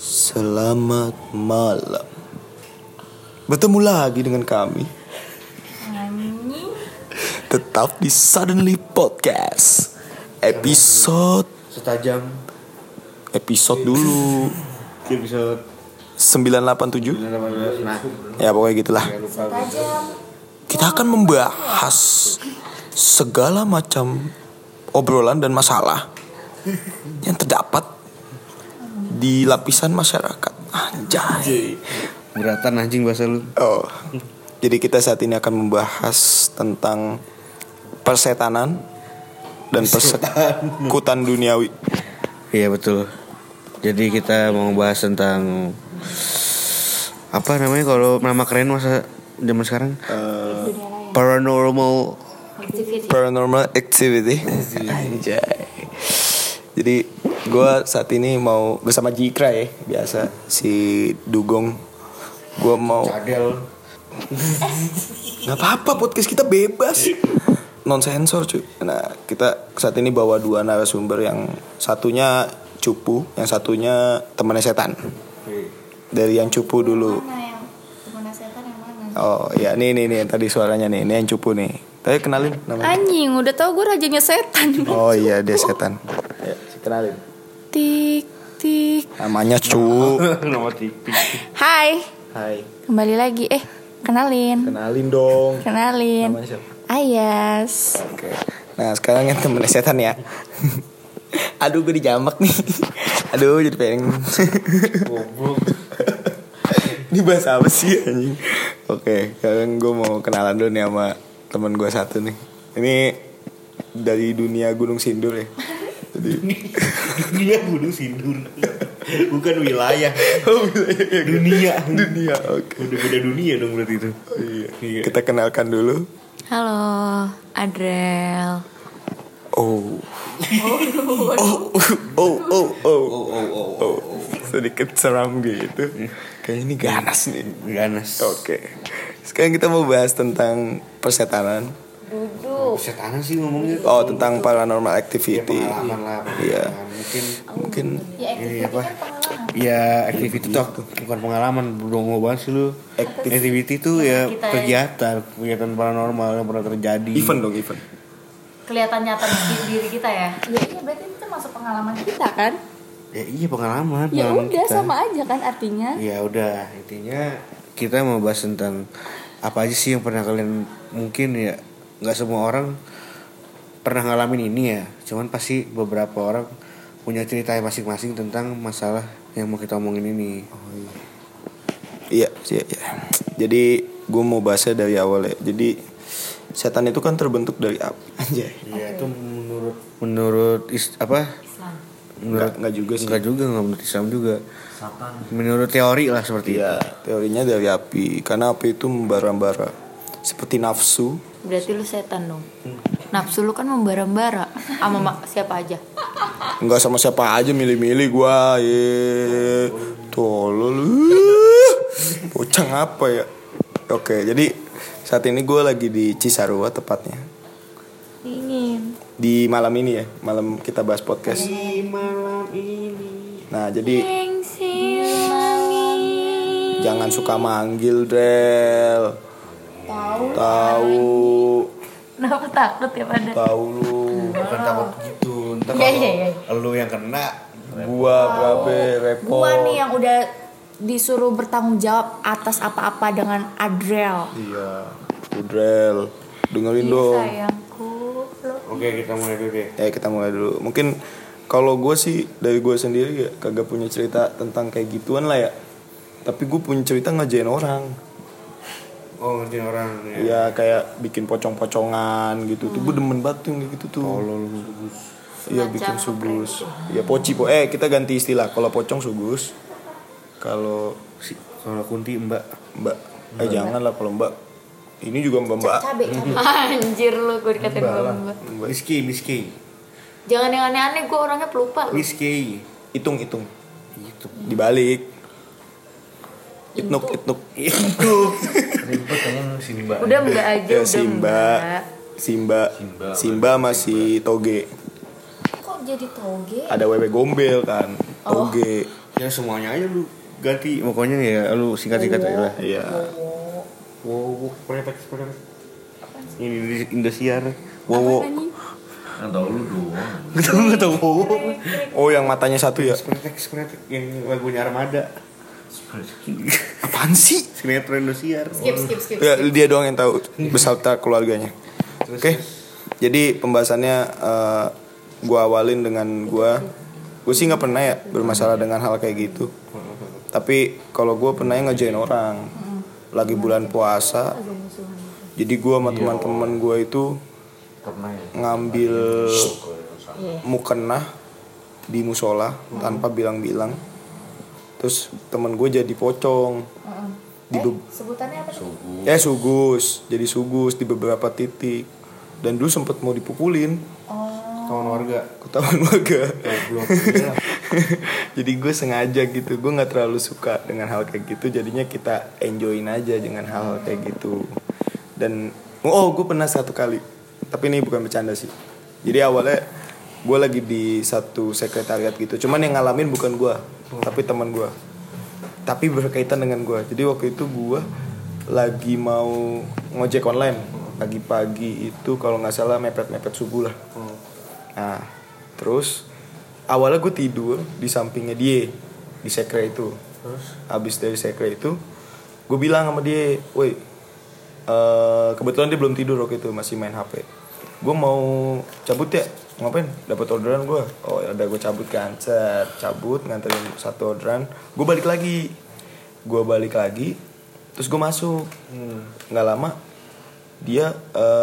Selamat malam. Bertemu lagi dengan kami. Tetap di Suddenly Podcast. Setajam Episode dulu episode 987. 918. Nah, Ya pokoknya gitulah. Kita akan membahas segala macam obrolan dan masalah yang terdapat di lapisan masyarakat. Anjay. beratan anjing bahasa lu. Oh. Jadi kita saat ini akan membahas tentang persetanan dan persekutuan duniawi. Iya betul. Jadi kita mau bahas tentang apa namanya kalau nama keren masa zaman sekarang? Paranormal activity. Anjay. Jadi gue saat ini mau bersama Jikra ya, biasa si Dugong. Gue mau Cadel. nggak apa-apa, podcast kita bebas, non sensor cuy. Nah kita saat ini bawa dua narasumber, yang satunya cupu, yang satunya temannya setan. Dari yang cupu dulu. Mana yang temannya setan yang mana? Oh ya, nih tadi suaranya nih, ini yang cupu nih. Tapi kenalin namanya. Anjing, udah tau gue rajanya setan. Oh iya, dia setan. Ya, kenalin. Tik tik. Namanya Cu. Nama tipik. Hai, Hai. kembali lagi. Kenalin. Kenalin dong. Kenalin. Namanya siapa? Ayas. Oke. Nah sekarang yang temennya setan ya. Aduh gue dijamak nih. Aduh jadi pengen. Goblok. Ini bahasa apa sih anjing? Oke, sekarang gue mau kenalan dulu nih sama teman gue satu nih. Ini dari dunia Gunung Sindur ya. Jadi Dunia Gunung Sindur. Bukan wilayah. oh, iya. Dunia. Dunia. Oke. Udah beda dunia dong berarti itu. Iya. Kita kenalkan dulu. Halo, Adrel. Oh. Sedikit seram gitu. Kayaknya ini ganas nih. Ganas. Oke. Sekarang kita mau bahas tentang persetanan. Duduk. Setanan sih ngomongnya. Oh, tentang paranormal Ya, activity. pengalaman lah. Iya. Mungkin Ya, ini apa? Ya activity itu bukan pengalaman. Belum mau bahas sih lu. Activity itu ya kegiatan paranormal yang pernah terjadi. Event dong, event. Kelihatan nyata di diri kita ya. Iya, berarti itu masuk pengalaman kita kan? Ya iya pengalaman. Ya pengalaman udah, kita. sama aja kan artinya. Ya udah, intinya kita mau bahas tentang apa aja sih yang pernah kalian, mungkin ya nggak semua orang pernah ngalamin ini ya, cuman pasti beberapa orang punya cerita masing-masing tentang masalah yang mau kita omongin ini. Iya. Jadi gue mau bahasnya dari awal ya. Jadi setan itu kan terbentuk dari api. Anjay. Iya itu menurut apa? Enggak juga sih. Enggak juga, enggak menurut Islam juga. Menurut teori lah seperti Iya, teorinya dari api. Karena api itu membara-bara. Seperti nafsu. Berarti lu setan dong. Nafsu lu kan membara-bara sama siapa aja. Enggak sama siapa aja, milih-milih gue. Tolol. Bocah apa ya? Oke, jadi saat ini gue lagi di Cisarua tepatnya. Dingin. Di malam ini ya, malam kita bahas podcast. Di malam ini. Nah jadi Gengsi langit. jangan suka manggil, Drel. Tahu. Kenapa takut ya pada? Tahu lu. Bukan takut gitu. Ntar Iya. kalau lu yang kena, Gua berapa repot. Gua nih yang udah disuruh bertanggung jawab atas apa-apa dengan Adrel. Iya. Drel. Dengerin dong. Sayangku. oke kita mulai dulu deh. Kita mulai dulu. Mungkin kalau gue sih dari gue sendiri ya kagak punya cerita tentang kayak gituan lah ya. Tapi gue punya cerita ngerjain orang. Oh ngerjain orang ya. Iya kayak bikin pocong-pocongan gitu. Tuh gue demen banget tuh kayak gitu tuh. Iya bikin sugus. Iya poci kita ganti istilah. Kalau pocong sugus. Kalau Kalau kunti mbak. jangan lah kalau mbak. Ini juga mbak. Cabe. Anjir lu, gue dikatain mbak. Miski. Jangan yang aneh-aneh, gue orangnya pelupa lu. Miski. Hitung. Gitu. Dibalik. Itnuk. Ribet kayaknya sini mbak. Udah mbak aja, Ya, udah mbak. Simba masih toge. Kok jadi toge? Ada wewe gombel kan. Toge. Ya semuanya aja lu ganti. Pokoknya ya lu singkat-singkat aja lah. Iya. Wow, prefek. Ini di Indosiar. Wow. Yang tahu lu doang. Enggak tahu. Oh, yang matanya satu ya? Prefek yang lagunya Armada. Apaan sih? Sinetron Indosiar. Skip. Ya, dia doang yang tahu beserta keluarganya. Oke. Jadi pembahasannya gue awalin dengan gue sih nggak pernah ya bermasalah dengan hal kayak gitu. Tapi kalau gue pernah ngejain orang lagi bulan puasa. Jadi gue sama teman-teman gue itu ngambil mukena di musola tanpa bilang-bilang. Terus teman gue jadi pocong. Sebutannya apa? Sugus. Jadi sugus di beberapa titik. Dan dulu sempet mau dipukulin. Kawan warga. Ketahuan warga. Belum. Jadi gue sengaja gitu. Gue gak terlalu suka dengan hal kayak gitu. Jadinya kita enjoyin aja dengan hal kayak gitu. Dan gue pernah satu kali. Tapi ini bukan bercanda sih. Jadi awalnya gue lagi di satu sekretariat gitu. Cuman yang ngalamin bukan gue, tapi teman gue. Tapi berkaitan dengan gue. Jadi waktu itu gue lagi mau ngojek online. Pagi-pagi itu kalau gak salah mepet-mepet subuh lah. Nah terus awalnya gue tidur di sampingnya dia di sekre itu. Habis dari sekre itu gue bilang sama dia, woi, kebetulan dia belum tidur waktu itu, masih main HP. Gue mau cabut ya, ngapain? Dapat orderan gue. Oh ya udah, gue cabut kan, cabut nganterin satu orderan. Gue balik lagi, terus gue masuk. Nggak lama dia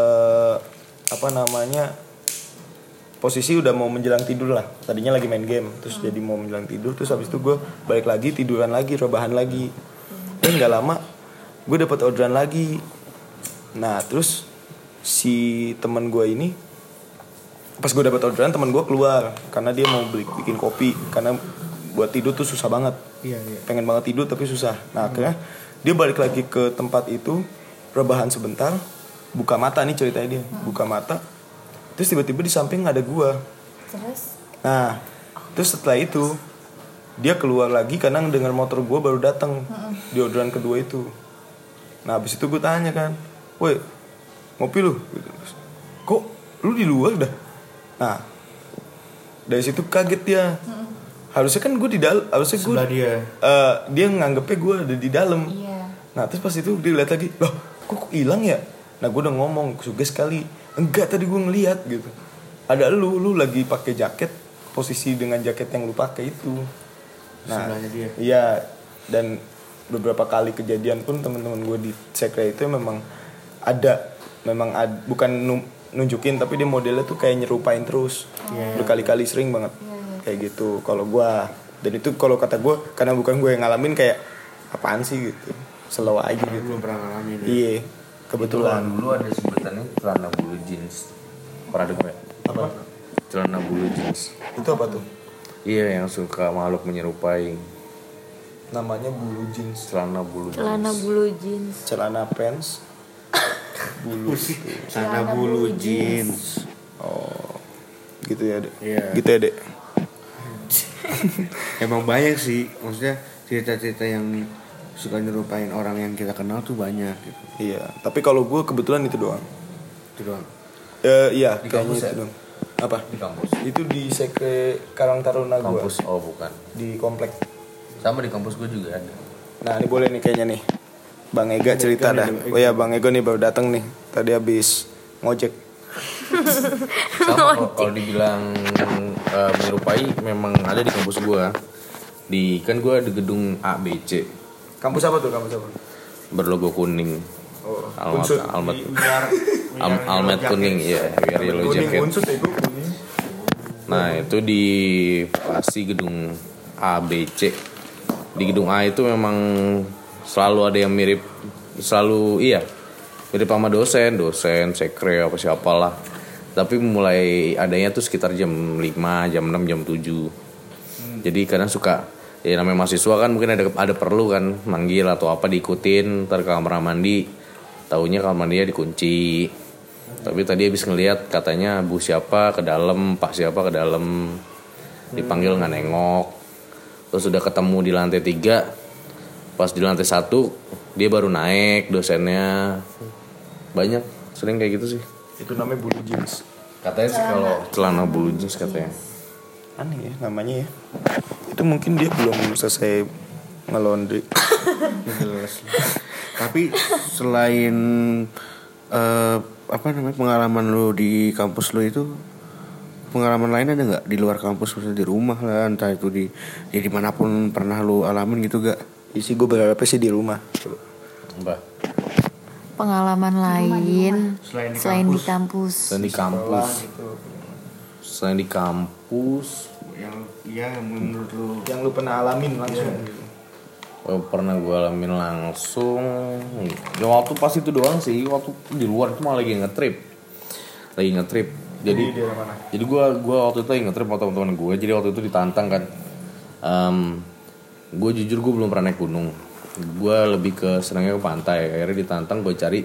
posisi udah mau menjelang tidur lah. Tadinya lagi main game, terus jadi mau menjelang tidur. Terus habis itu gue balik lagi, tiduran lagi, rebahan lagi. Dan nggak lama gue dapat orderan lagi. Nah terus si teman gue ini, pas gue dapat orderan, teman gue keluar karena dia mau bikin kopi. Karena buat tidur tuh susah banget. Iya. Pengen banget tidur tapi susah. Nah akhirnya dia balik lagi ke tempat itu, rebahan sebentar, buka mata nih ceritanya dia. Buka mata, terus tiba-tiba di samping ada gue. Nah terus setelah itu dia keluar lagi karena dengar motor gue baru datang di orderan kedua itu. Nah habis itu gue tanya kan, woi ngopi lu? Kok lu di luar dah? Nah dari situ kaget dia. Harusnya kan gue di dalam, harusnya gue dia nganggepnya gue ada di dalam. Nah terus pas itu dia lihat lagi, loh kok hilang ya? Nah gue udah ngomong suges sekali, enggak tadi gue ngeliat gitu. Ada lu lagi pakai jaket, posisi dengan jaket yang lu pakai itu. Nah dia. Iya, dan beberapa kali kejadian pun teman-teman gue di sekre itu memang bukan nunjukin, tapi dia modelnya tuh kayak nyerupain terus. Berkali-kali sering banget kayak gitu kalau gue. Dan itu kalau kata gue, karena bukan gue yang ngalamin, kayak apaan sih gitu, slow aja gitu. Belum pernah ngalamin. Iya, kebetulan. Dulu ada sebutannya celana bulu jeans. Pernah denger ya? Apa? Celana bulu jeans. Itu apa tuh? Iya, yang suka makhluk menyerupai. Namanya bulu jeans. Celana bulu jeans. Celana bulu jeans. Celana pants. Bulu itu. Celana bulu jeans. Oh, gitu ya dek. Iya. Gitu ya dek. Emang banyak sih, maksudnya cerita-cerita yang suka nyerupain orang yang kita kenal tuh banyak gitu. Iya, tapi kalau gue kebetulan itu doang. Itu doang. Iya, Di kayaknya kampus itu ya? doang. Apa? Di kampus. Itu di sekre Karang Taruna gue. Kampus, oh bukan. Di komplek. Sama di kampus gue juga ada. Nah, ini boleh nih kayaknya nih. Bang Ega cerita dah. Oh ya, Bang Ego nih baru datang nih. Tadi habis ngojek. Sama kalau dibilang menyerupai, memang ada di kampus gue. Kan gue ada gedung A, B, C. Kampus apa tuh? Kampus apa? Berlogo kuning. Oh, Almet kuning, ya, biar yellow kuning jacket. unsut ya, gue kuning. Nah itu di pasti gedung A, B, C. Di gedung A itu memang selalu ada yang mirip, mirip sama dosen, sekre apa siapalah. Tapi mulai adanya tuh sekitar jam 5, jam 6, jam 7. Jadi kadang suka, ya namanya mahasiswa kan mungkin ada perlu kan manggil atau apa, diikutin ntar ke kamar mandi. Taunya kamar mandinya dikunci. Tapi tadi habis ngelihat katanya Bu siapa ke dalam, Pak siapa ke dalam. Dipanggil nggak nengok. Terus udah ketemu di lantai 3. Pas di lantai 1 dia baru naik dosennya. Banyak sering kayak gitu sih. Itu namanya blue jeans. Katanya sih kalau celana blue jeans katanya. Aneh ya namanya ya. Itu mungkin dia belum selesai ngelondri. Jelas. Tapi selain pengalaman lu di kampus lu itu, pengalaman lain ada nggak di luar kampus, misalnya di rumah lah, entah itu di dimanapun pernah lu alamin gitu gak? Isi gue berharapnya sih di rumah. Mbak. Pengalaman lain selain di kampus. Selain di kampus. Selain di kampus Yang menurut lu Yang lu pernah alamin langsung gitu. pernah gue alamin langsung. Ya waktu pas itu doang sih. Waktu di luar itu malah lagi ngetrip. Jadi mana? Jadi gue waktu itu lagi ngetrip sama teman-teman gue. Jadi waktu itu ditantang kan. Gue jujur gue belum pernah naik gunung. Gue lebih ke senangnya ke pantai. Akhirnya ditantang gue cari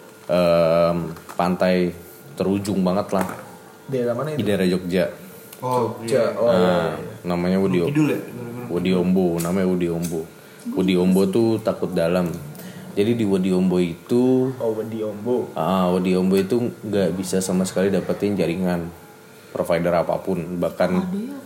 pantai terujung banget lah. Daerah mana Di itu? daerah Jogja. Jogja. Oh Nah, iya. namanya Wodiombo. Namanya Wodiombo. Wodiombo tuh takut dalam. Jadi di Wodiombo itu Wodiombo itu nggak bisa sama sekali dapetin jaringan provider apapun, bahkan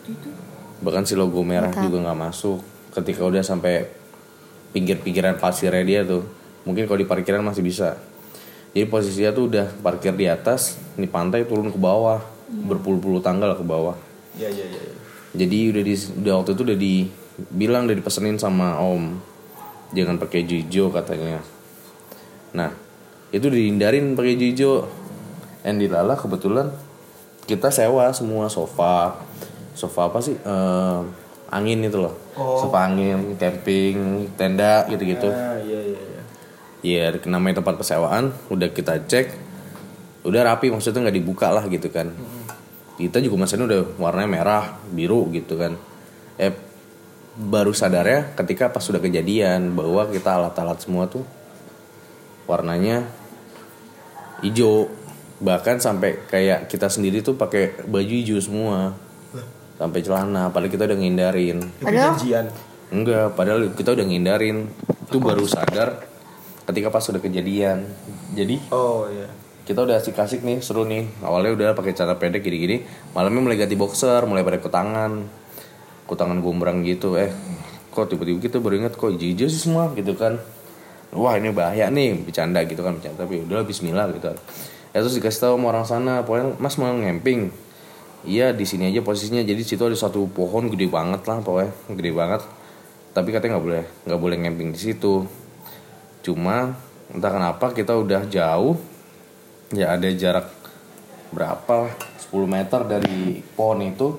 si logo merah juga nggak masuk. Ketika udah sampai pinggir-pinggiran pasirnya dia tuh, mungkin kalau di parkiran masih bisa. Jadi posisinya tuh udah parkir di atas, di pantai turun ke bawah, berpuluh-puluh tangga lah ke bawah. Iya. Jadi udah waktu itu udah dipesenin sama om, jangan pakai hijau katanya. Nah itu dihindarin pakai hijau. Dilala kebetulan kita sewa semua sofa apa sih, angin itu loh. Sofa angin, camping, tenda gitu-gitu. Iya, namanya tempat persewaan. Udah kita cek, udah rapi, maksudnya nggak dibuka lah gitu kan. Kita juga masanya udah warnanya merah, biru gitu kan. Baru sadarnya ketika pas sudah kejadian bahwa kita alat-alat semua tuh warnanya hijau. Bahkan sampai kayak kita sendiri tuh pakai baju hijau semua, sampai celana. Padahal kita udah ngindarin. Padahal Enggak, padahal kita udah ngindarin. Itu baru sadar ketika pas sudah kejadian. Jadi kita udah asik-asik nih, seru nih. Awalnya udah pakai celana pendek gini-gini, malamnya mulai ganti boxer, mulai pada kutangan gombrang gitu. Kok tiba-tiba kita baru ingat kok hijau sih semua gitu kan. Wah ini bahaya nih, bercanda gitu kan, tapi udah bismillah gitu kan. Terus dikasih tahu sama orang sana, pokoknya mas mau ngemping. Iya di sini aja posisinya. Jadi situ ada satu pohon gede banget lah, pokoknya gede banget. Tapi katanya nggak boleh ngemping di situ. Cuma entah kenapa kita udah jauh, ya ada jarak berapa 10 meter dari pohon itu.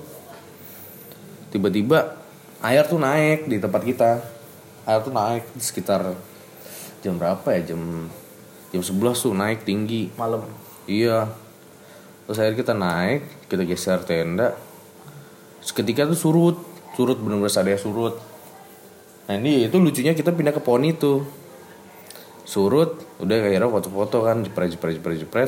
Tiba-tiba air tuh naik di tempat kita. Air tuh naik sekitar jam berapa ya, jam 11 tuh naik tinggi Malam. Iya. Terus akhirnya kita naik, kita geser tenda. Seketika tuh surut benar-benar sadar surut. Nah ini itu lucunya, kita pindah ke pohon itu. Surut, udah akhirnya foto-foto kan, jepret.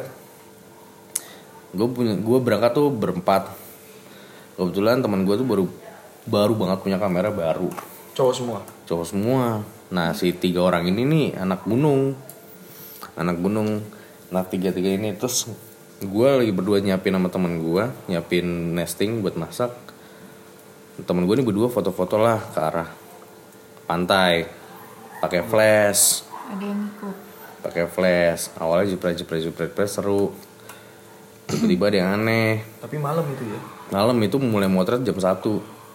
Gue berangkat tuh berempat. Kebetulan teman gue tuh baru banget punya kamera baru. Cowok semua. Nah si 3 orang ini nih anak gunung. Nah 3 ini. Terus gue lagi berdua nyiapin sama temen gue, nyiapin nesting buat masak. Temen gue nih berdua foto-foto lah ke arah pantai, pakai flash. ada yang ikut. Pakai flash. Awalnya jepret seru. Tiba-tiba ada yang aneh. Tapi malam itu ya. Malam itu mulai motret jam 1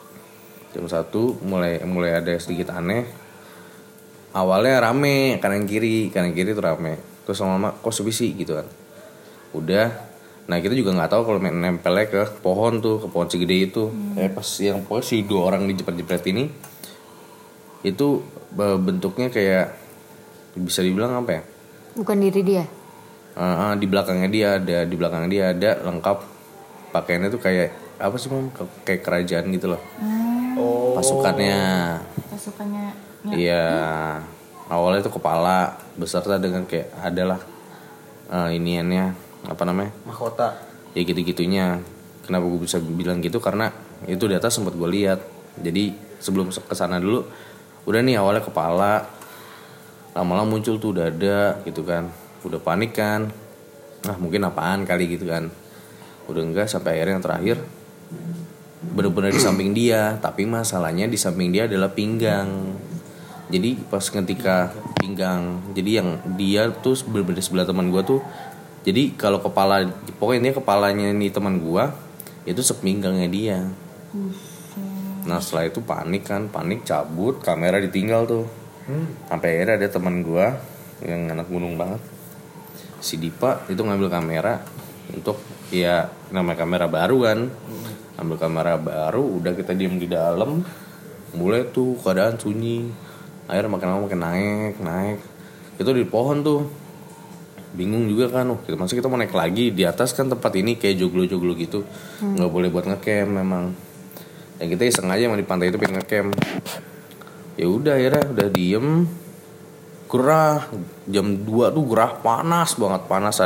mulai ada sedikit aneh. Awalnya rame kanan kiri tuh rame. Terus lama-lama kok sepi sih gitu kan. Udah. Nah kita juga nggak tahu kalau nempelnya ke pohon segede itu. Pas yang pokoknya si 2 orang dijepret ini itu bentuknya kayak bisa dibilang apa ya? Bukan diri dia. Di belakangnya dia ada lengkap pakaiannya tuh kayak apa sih Mam? Kayak kerajaan gitu loh. Pasukannya. Iya. Awalnya tuh kepala beserta dengan kayak adalah iniannya apa namanya? Mahkota. Ya gitu-gitunya. Kenapa gue bisa bilang gitu? Karena itu di atas sempat gue lihat. Jadi sebelum kesana dulu udah nih awalnya kepala, lama-lama muncul tuh dada gitu kan, udah panik kan, mungkin apaan kali gitu kan, udah enggak sampai akhirnya yang terakhir bener-bener di samping dia, tapi masalahnya di samping dia adalah pinggang. Jadi pas ketika pinggang, jadi yang dia tuh bener-bener sebelah teman gue tuh, jadi kalau kepala, pokoknya kepalanya nih teman gue itu sepinggangnya dia. Nah setelah itu panik cabut, kamera ditinggal tuh. Sampai akhirnya ada teman gua yang anak gunung banget, si Dipa itu ngambil kamera untuk ya namanya kamera baru kan. Ambil kamera baru, udah kita diem di dalam, mulai tuh keadaan sunyi. Akhirnya makin lama makin naik. Itu di pohon tuh. Bingung juga kan, masa kita mau naik lagi di atas kan tempat ini kayak joglo-joglo gitu, nggak boleh buat ngecamp memang. Dan kita iseng aja emang di pantai itu pengen ngecamp. Ya udah akhirnya udah diem, gerah jam 2 tuh gerah panas banget,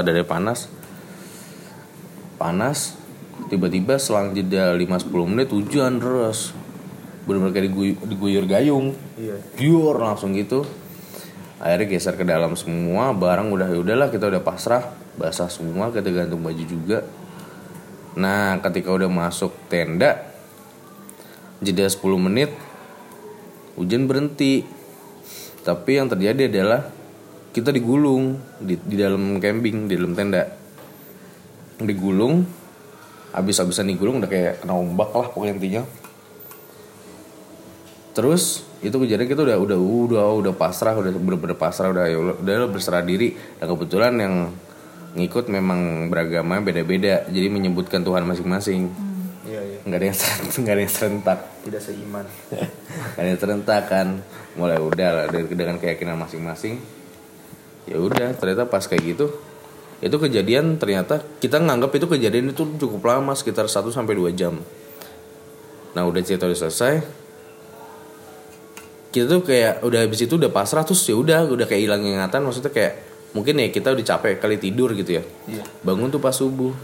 panas. Tiba-tiba selang jeda 5-10 menit hujan deras, bener-bener kayak diguyur gayung, biur langsung gitu. Akhirnya geser ke dalam semua, barang udahlah kita udah pasrah, basah semua, kita gantung baju juga. Nah ketika udah masuk tenda, jeda 10 menit, hujan berhenti. Tapi yang terjadi adalah kita digulung di dalam camping, di dalam tenda. Digulung, habis-habisan digulung udah kayak kena ombak lah pokoknya intinya. Terus itu kejadian kita udah pasrah, udah bener-bener pasrah, udah berserah diri. Dan kebetulan yang ngikut memang beragamanya beda-beda, jadi menyebutkan Tuhan masing-masing. Nggak ada yang serentak, Tidak seiman. nggak ada yang serentak kan. Mulai udah lah dengan keyakinan masing-masing. Ya udah ternyata pas kayak gitu, itu kejadian ternyata kita nganggap itu kejadian itu cukup lama, sekitar 1-2 jam. Nah udah cerita udah selesai, kita tuh kayak udah habis itu udah pasrah, terus ya udah kayak hilang ingatan. Maksudnya kayak mungkin ya kita udah capek kali tidur gitu ya. Bangun tuh pas subuh.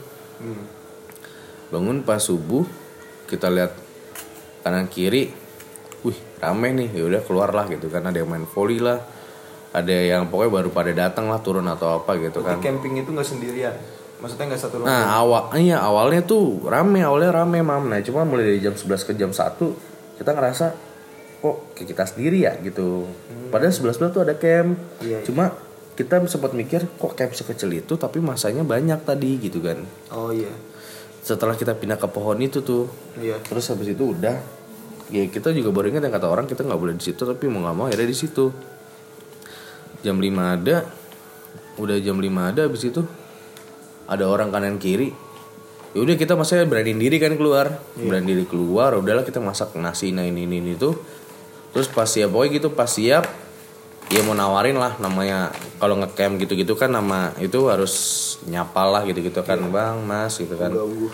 Kita lihat kanan kiri, rame nih. Ya udah keluar lah gitu kan, ada yang main volley lah, ada yang pokoknya baru pada datang lah, turun atau apa gitu kan. Camping itu nggak sendirian, maksudnya nggak satu Nah awalnya tuh rame mam. Nah cuma mulai dari jam 11 ke jam 1 kita ngerasa kok kayak kita sendiri ya gitu. Padahal sebelah tuh ada camp. Cuma kita sempat mikir kok camp sekecil itu tapi masanya banyak tadi gitu kan. Oh iya. Setelah kita pindah ke pohon itu tuh. Terus habis itu udah ya kita juga baru ingat yang kata orang kita nggak boleh di situ, tapi mau nggak mau akhirnya di situ. Jam 5 ada. Udah jam 5 ada, habis itu ada orang kanan kiri. Ya udah kita masanya beraniin diri kan keluar. Beraniin diri keluar, udahlah kita masak nasi ini tuh. Terus pas siap pokoknya gitu, pas siap ya mau nawarin lah, namanya kalau ngecamp gitu-gitu kan nama itu harus nyapa lah gitu-gitu kan, Bang, Mas gitu kan.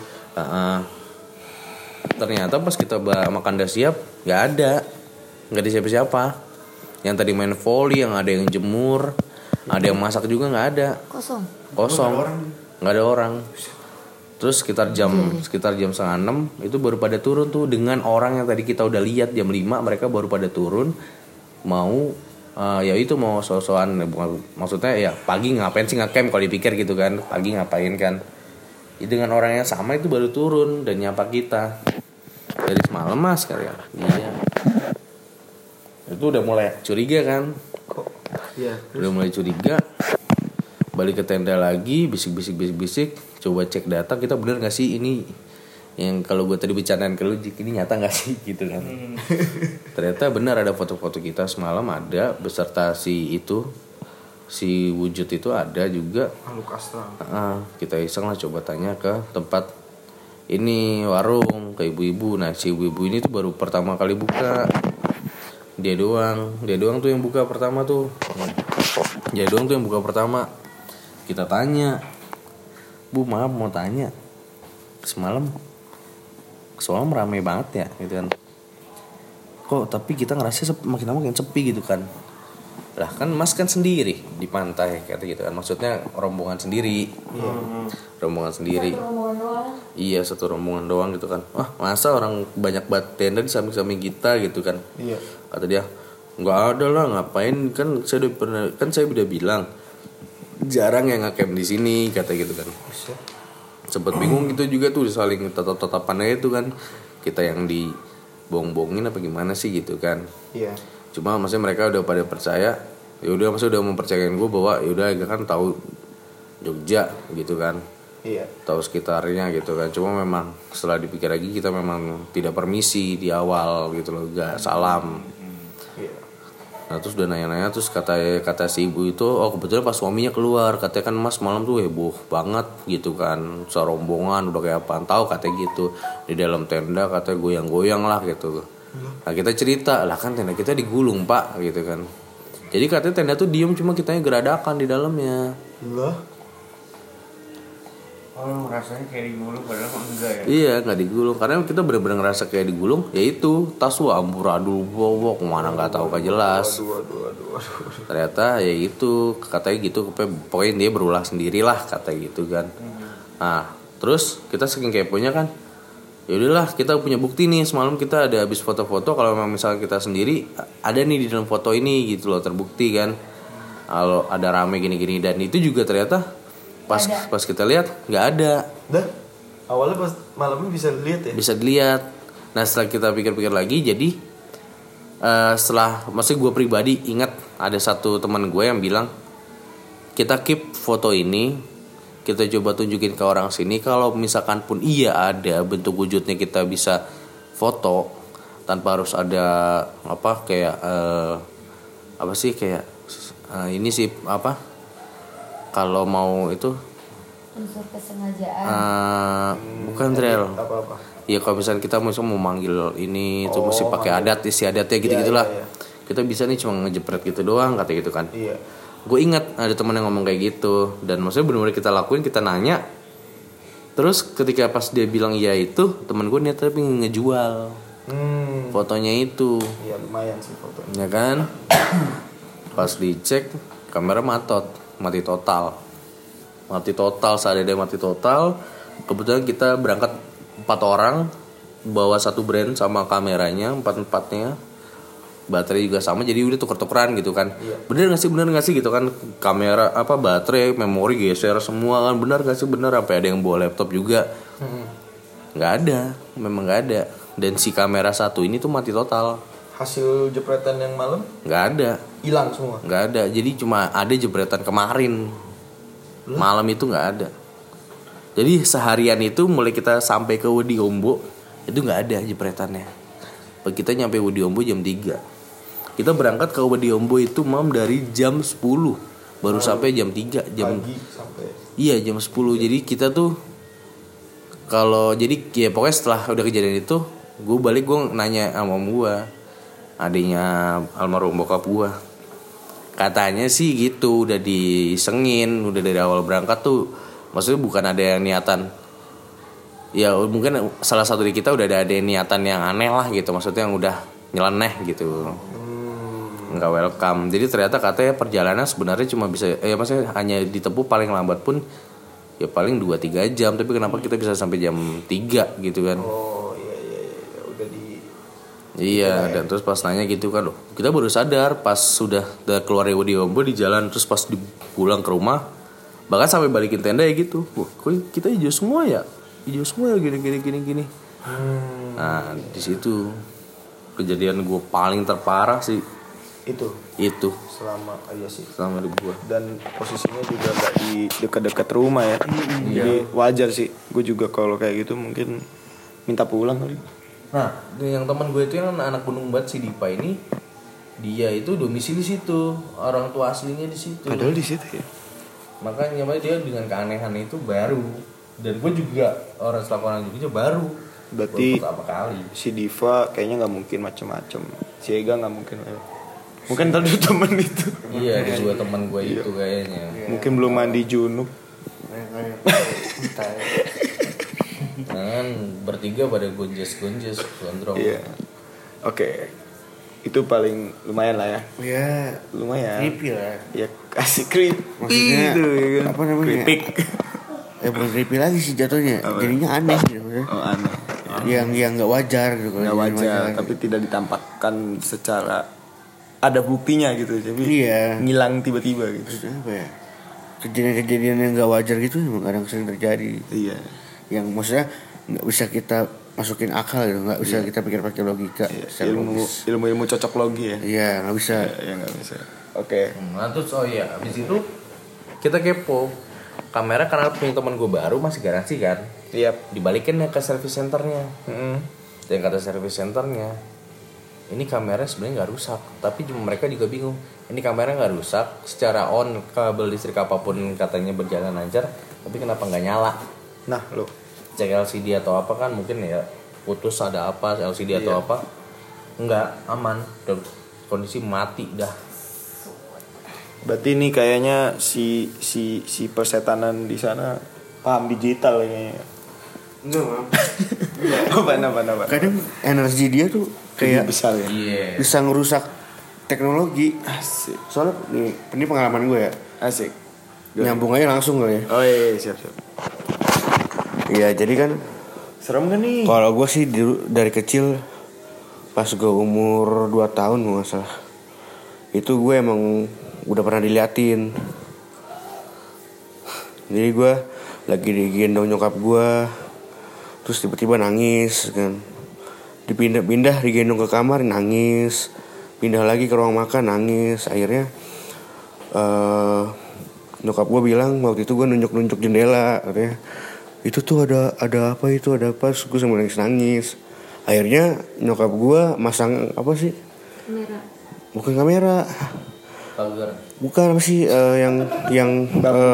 Ternyata pas kita makan udah siap, nggak ada siapa-siapa. Yang tadi main volley, yang ada yang jemur, ada yang masak juga nggak ada. Kosong. Nggak ada orang. Terus sekitar jam 5:30 itu baru pada turun tuh, dengan orang yang tadi kita udah lihat jam 5, mereka baru pada turun mau ya itu mau so-soan, maksudnya ya pagi ngapain sih ngecamp kalau dipikir gitu kan, pagi ngapain kan. Ya, dengan orang yang sama itu baru turun dan nyapa kita dari semalam Mas kali ya. Iya. Itu udah mulai curiga kan. Udah mulai curiga. Balik ke tenda lagi, bisik, coba cek data, kita bener nggak sih ini yang kalau gue tadi bercandaan ke lu, ini nyata nggak sih gitu kan. Ternyata benar, ada foto-foto kita semalam ada beserta si wujud itu ada juga. Makhluk astral. Kita iseng lah coba tanya ke tempat ini warung, ke ibu-ibu. Nah si ibu-ibu ini tuh baru pertama kali buka. Dia doang tuh yang buka pertama tuh. Kita tanya, Bu, maaf mau tanya, semalam ramai banget ya gitu kan. Kok tapi kita ngerasa makin lama makin sepi gitu kan. Lah kan Mas kan sendiri di pantai kata gitu kan. Maksudnya rombongan sendiri. Rombongan sendiri. Iya, satu rombongan doang gitu kan. Wah, masa orang banyak banget tenda di samping-samping kita gitu kan. Iya. Kata dia, nggak ada lah, ngapain, kan saya udah bilang jarang yang ngecamp di sini, kata gitu kan. Sempet bingung gitu juga tuh, saling tatap-tatapannya itu kan, kita yang dibong-bongin apa gimana sih gitu kan. Iya. Cuma maksudnya mereka udah pada percaya, ya udah maksudnya udah mempercayakan gue bahwa ya udah kan tahu Jogja gitu kan. Iya. Tahu sekitarnya gitu kan. Cuma memang setelah dipikir lagi kita memang tidak permisi di awal gitu loh, gak salam. Iya. Nah terus udah nanya-nanya, terus kata si ibu itu, oh kebetulan pas suaminya keluar, katanya kan mas malam tuh heboh banget gitu kan, serombongan udah kayak apaan tahu, katanya gitu di dalam tenda, katanya goyang-goyang lah gitu. Nah kita cerita lah kan tenda kita digulung pak gitu kan. Jadi katanya tenda tuh diem, cuma kitanya geradakan di dalamnya. Lah. Oh, rasanya kayak digulung padahal mah enggak ya. Iya nggak digulung, karena kita bener-bener ngerasa kayak digulung. Ya itu tas gua amburadul bawa kemana nggak tahu kan jelas. Aduh. Ternyata ya itu katanya gitu, pokoknya dia berulah sendirilah katanya gitu kan. Nah terus kita saking keponya kan, ya udahlah kita punya bukti nih, semalam kita ada habis foto-foto kalau memang misalnya kita sendiri ada nih di dalam foto ini gitu loh, terbukti kan kalau ada rame gini-gini. Dan itu juga ternyata pas kita lihat nggak ada. Dah. Awalnya pas malamnya bisa lihat ya? Bisa dilihat. Nah setelah kita pikir-pikir lagi, jadi setelah maksudnya gue pribadi ingat ada satu teman gue yang bilang, kita keep foto ini, kita coba tunjukin ke orang sini, kalau misalkan pun iya ada bentuk wujudnya kita bisa foto tanpa harus ada apa kayak apa sih kayak ini sih apa kalau mau itu Unsur kesengajaan. bukan trail. Apa-apa. Ya kalau misalnya kita mau manggil ini itu mesti pakai adat, isi adatnya gitu-gitulah. Iya. Kita bisa nih cuma ngejepret gitu doang kata gitu kan. Iya. Gue ingat ada teman yang ngomong kayak gitu, dan maksudnya benar-benar kita lakuin, kita nanya. Terus ketika pas dia bilang iya itu, teman gue niat tapi ngejual fotonya itu. Iya lumayan sih fotonya. Ya kan? Pas dicek kamera mati total, seadanya mati total. Kebetulan kita berangkat 4 orang, bawa satu brand sama kameranya 4-4-nya, baterai juga sama, jadi udah tuker-tukeran gitu kan. Iya. Bener nggak sih gitu kan, kamera apa baterai memori geser semua kan, bener nggak sih, bener. Sampai ada yang bawa laptop juga. Nggak ada, memang nggak ada. Dan si kamera satu ini tuh mati total. Hasil jepretan yang malam Nggak ada, hilang semua. nggak ada. Jadi cuma ada jepretan kemarin. Malam itu nggak ada. Jadi seharian itu mulai kita sampai ke Wediombo itu nggak ada jepretannya. Kita nyampe Wediombo jam 3. Kita berangkat ke Wediombo itu dari jam 10. Baru sampai jam 3 jam Pagi sampai. Iya jam 10. Jadi kita tuh kalau jadi ya pokoknya setelah udah kejadian itu, gue balik, gue nanya sama om gue, adiknya almarhum bokap gue, katanya sih gitu udah disengin, udah dari awal berangkat tuh, maksudnya bukan ada yang niatan, ya mungkin salah satu dari kita udah ada niatan yang aneh lah gitu, maksudnya yang udah nyeleneh gitu, nggak welcome. Jadi ternyata katanya perjalanan sebenarnya cuma bisa maksudnya hanya ditempuh paling lambat pun ya paling 2-3 jam, tapi kenapa kita bisa sampai jam 3 gitu kan. Oh iya udah di. Iya, dan terus pas nanya gitu kan, loh kita baru sadar pas sudah keluar dari Wediombo di jalan, terus pas pulang ke rumah, bahkan sampai balikin tenda ya gitu, wah kok kita hijau semua ya gini. Nah di situ kejadian gue paling terparah sih itu Selama iya sih. selama di gua. Dan posisinya juga nggak di dekat-dekat rumah ya. Jadi wajar sih. Gue juga kalau kayak gitu mungkin minta pulang kali. Nah, yang teman gue itu yang anak Gunung Bat, si Dipa ini, dia itu domisili situ, orang tua aslinya di situ. Padahal di situ ya. Makanya dia dengan keanehan itu baru. Dan gue juga orang selakonan juga baru. Berarti pertama kali. si Diva kayaknya nggak mungkin macem-macem. Si Ega nggak mungkin. Mungkin tadi temen itu. Iya, ada dua teman gue itu kayaknya. Mungkin belum mandi junub. Kan bertiga pada gonjes gondrong. Iya. Oke. Itu paling lumayan lah ya. Ya, Lumayan. creepy lah. Ya kasih creepy Maksudnya gitu ya kan. apa namanya? Keripik. bukan creepy lagi sih jatuhnya. Jadinya aneh gitu. Oh, aneh. Yang nggak wajar gitu. Nggak wajar, tapi tidak ditampakkan secara ada buktinya gitu. Jadi Iya. ngilang tiba-tiba gitu. Maksudnya apa ya? Kejadian-kejadian yang nggak wajar gitu emang kadang sering terjadi. Iya. Yang maksudnya nggak bisa kita masukin akal gitu, nggak bisa kita pikir pakai logika. secara logis. Ilmu cocok logi ya. Iya nggak bisa. Ya nggak bisa. Oke. Nah terus abis itu kita kepo kamera karena punya teman gue baru masih garansi kan. Iya. Dibalikin ya ke service centernya. Mm-mm. Dan kata service centernya, ini kamera sebenarnya nggak rusak, tapi cuma mereka juga bingung. Ini kamera nggak rusak, secara on kabel listrik apapun katanya berjalan lancar, tapi kenapa nggak nyala? Nah lo. Cek LCD atau apa kan mungkin ya putus ada apa LCD atau apa, nggak aman, udah kondisi mati dah. Berarti ini kayaknya si persetanan di sana paham digital kayaknya. Enggak mam. Apa? Kadang energi dia tuh kayak besar ya. Iya. bisa ngerusak teknologi. Asik. Soalnya nih, ini pengalaman gue ya. Asik. Nyambung aja langsung kali ya. Oh iya, siap. Iya jadi kan Serem kan nih? kalau gue sih dari kecil pas gue umur 2 tahun nggak salah, itu gue emang udah pernah diliatin. Jadi gue lagi digendong nyokap gue, terus tiba-tiba nangis kan, dipindah-pindah digendong ke kamar nangis, pindah lagi ke ruang makan nangis. Akhirnya nyokap gue bilang waktu itu gue nunjuk jendela katanya, itu tuh ada apa itu ada apa. Terus gue sama nangis. Akhirnya nyokap gue masang apa sih? Kamera. Bukan kamera. Pagar. Bukan apa sih yang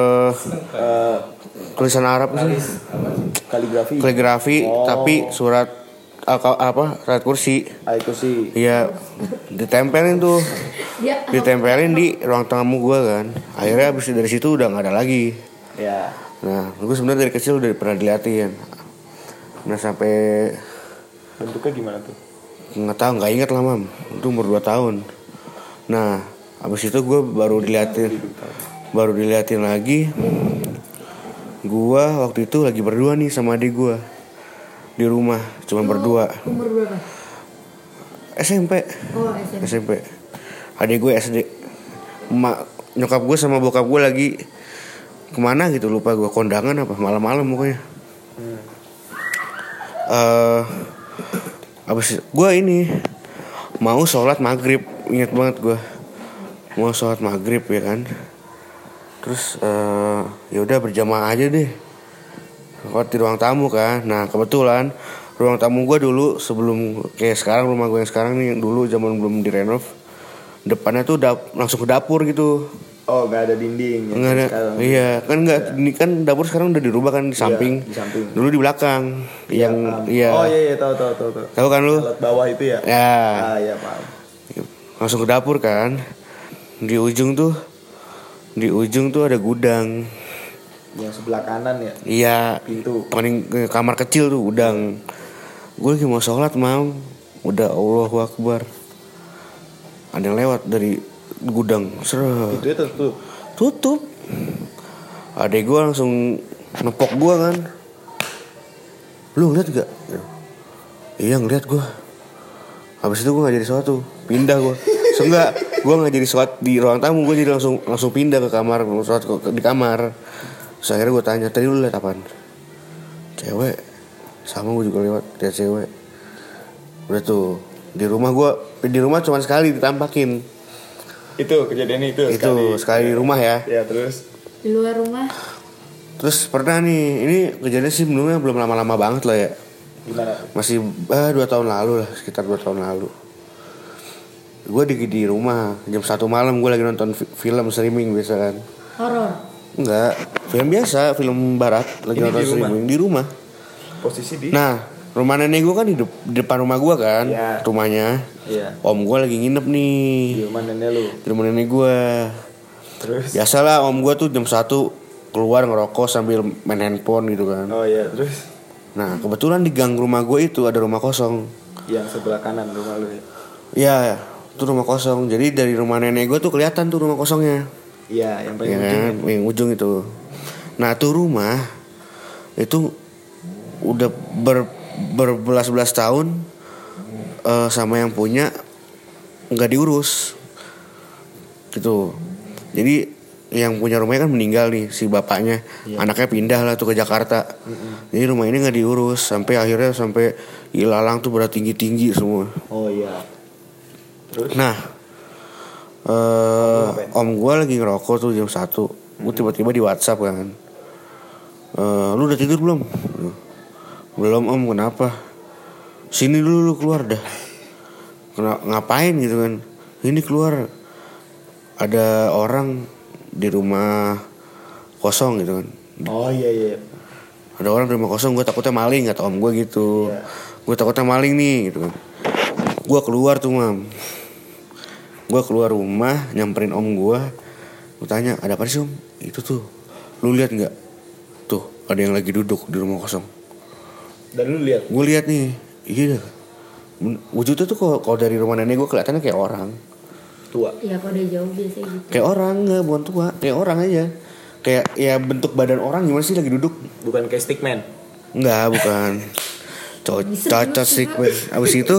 tulisan Arab sih? Kaligrafi. Kaligrafi tapi surat surat kursi. Itu sih. Iya, ditempelin tuh. Dia Ditempelin di ruang tamu gue kan. Akhirnya abis dari situ udah nggak ada lagi. Ya. Nah, gue sebenarnya dari kecil udah pernah diliatin. Nah sampai Bentuknya gimana tuh? nggak tahu, nggak ingat lah mam. Itu umur 2 tahun. Nah, abis itu gue baru diliatin lagi. Gue waktu itu lagi berdua nih sama adik gue di rumah, cuma berdua. umur berapa? SMP. Oh, SMP. Adik gue SD. Nyokap gue sama bokap gue lagi kemana gitu lupa gue, kondangan apa malam-malam pokoknya. Abis gue ini mau sholat maghrib, ingat banget gue mau sholat maghrib ya kan. Terus ya udah berjamaah aja deh, sholat di ruang tamu kan. Nah kebetulan ruang tamu gue dulu sebelum kayak sekarang rumah gue yang sekarang nih, dulu zaman belum direnov, depannya tuh langsung ke dapur gitu. Oh, gak ada dinding. Enggak ada. Sekarang. Iya, kan enggak, ini kan dapur sekarang udah dirubah kan di samping. Di samping. Dulu di belakang. Yang iya. Oh iya tahu. Tahu kan lu? Alat bawah itu ya? Ya. Ah iya paham. Langsung ke dapur kan. Di ujung tuh ada gudang. Yang sebelah kanan ya? Iya. Pintu. Paling kamar kecil tuh gudang. Gue lagi mau sholat mam. Udah Allahu Akbar. Ada yang lewat dari gudang. Seret. Itu Tutup. Adek gue langsung nepok gue kan. Lu ngeliat gak? Iya ngeliat gue. Habis itu gue gak jadi sholat tuh, pindah gue. Enggak, gue gak jadi sholat di ruang tamu. Gue jadi langsung pindah ke kamar, sholat di kamar. Terus akhirnya gue tanya, tadi lu liat apaan? Cewek. Sama gue juga lewat, liat cewek. Udah tuh, di rumah cuma sekali ditampakin. Itu kejadian itu sekali di rumah ya. Ya terus. Di luar rumah. Terus pernah nih, ini kejadian sih sebenarnya belum lama-lama banget lah ya. Gimana? Masih 2 tahun lalu lah, sekitar 2 tahun lalu. Gue di rumah jam 1 malam gue lagi nonton film streaming biasa kan. Horor. Enggak, film biasa, film barat lagi Ini nonton di rumah? streaming di rumah. Posisi di. Nah, rumah nenek gue kan di depan rumah gue kan, Iya. rumahnya. Iya. Om gue lagi nginep nih Di rumah nenek lu. di rumah nenek gue. Terus. Biasalah om gue tuh jam 1 keluar ngerokok sambil main handphone gitu kan. Oh iya terus. Nah kebetulan di gang rumah gue itu ada rumah kosong. Yang sebelah kanan rumah lu ya? Iya, itu rumah kosong. Jadi dari rumah nenek gue tuh kelihatan tuh rumah kosongnya. Iya yang paling Ya ujung. kan, yang ujung itu. Nah tuh rumah itu udah berbelas-belas tahun sama yang punya nggak diurus gitu. Jadi yang punya rumahnya kan meninggal nih si bapaknya, anaknya pindah lah tuh ke Jakarta. Jadi rumah ini nggak diurus sampai akhirnya sampai ilalang tuh berat tinggi semua. Oh iya. Terus? Nah, om gue lagi ngerokok tuh jam 1. Gue tiba-tiba di WhatsApp kan, lu udah tidur belum? Belum om, kenapa? Sini dulu lu keluar dah. Ngapain gitu kan? Ini keluar, ada orang di rumah kosong gitu kan. Oh iya. Ada orang di rumah kosong, gue takutnya maling, kata om gue gitu. Gue takutnya maling nih gitu kan. Gue keluar tuh mam. Gue keluar rumah, nyamperin om gue. Gue tanya, ada apa sih om? Itu tuh, lu lihat nggak? Tuh, ada yang lagi duduk di rumah kosong. Dan lu lihat? Gue lihat nih, iya. Wujudnya tuh kalau dari rumah nenek gue kelihatannya kayak orang. Tua. Ya kalau dari jauh biasanya gitu. Kayak orang, nggak bukan tua, kayak orang aja. Kayak ya bentuk badan orang gimana sih lagi duduk? Bukan kayak stickman. Enggak, bukan. Cocok stickman. Abis itu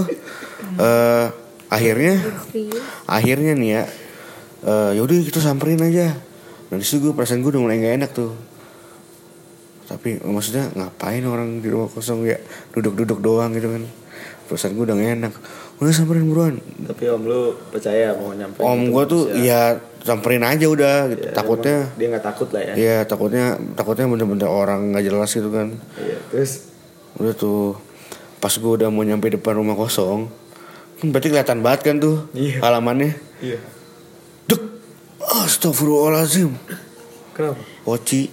akhirnya nih ya, yaudah kita samperin aja. Dan disitu gue perasaan gue udah mulai gak enak tuh. Tapi maksudnya ngapain orang di rumah kosong ya duduk-duduk doang gitu kan. Perasaan gue udah gak enak. Udah samperin buruan. Tapi om lu percaya mau nyamperin? Om gue tuh ya samperin aja udah gitu. Ya, takutnya dia gak takut lah ya. Iya, takutnya bener-bener orang gak jelas gitu kan. Iya, terus udah tuh pas gue udah mau nyampe depan rumah kosong, kan berarti kelihatan banget kan tuh halamannya. Iya. Dek, astagfirullahaladzim. Kenapa? Poci,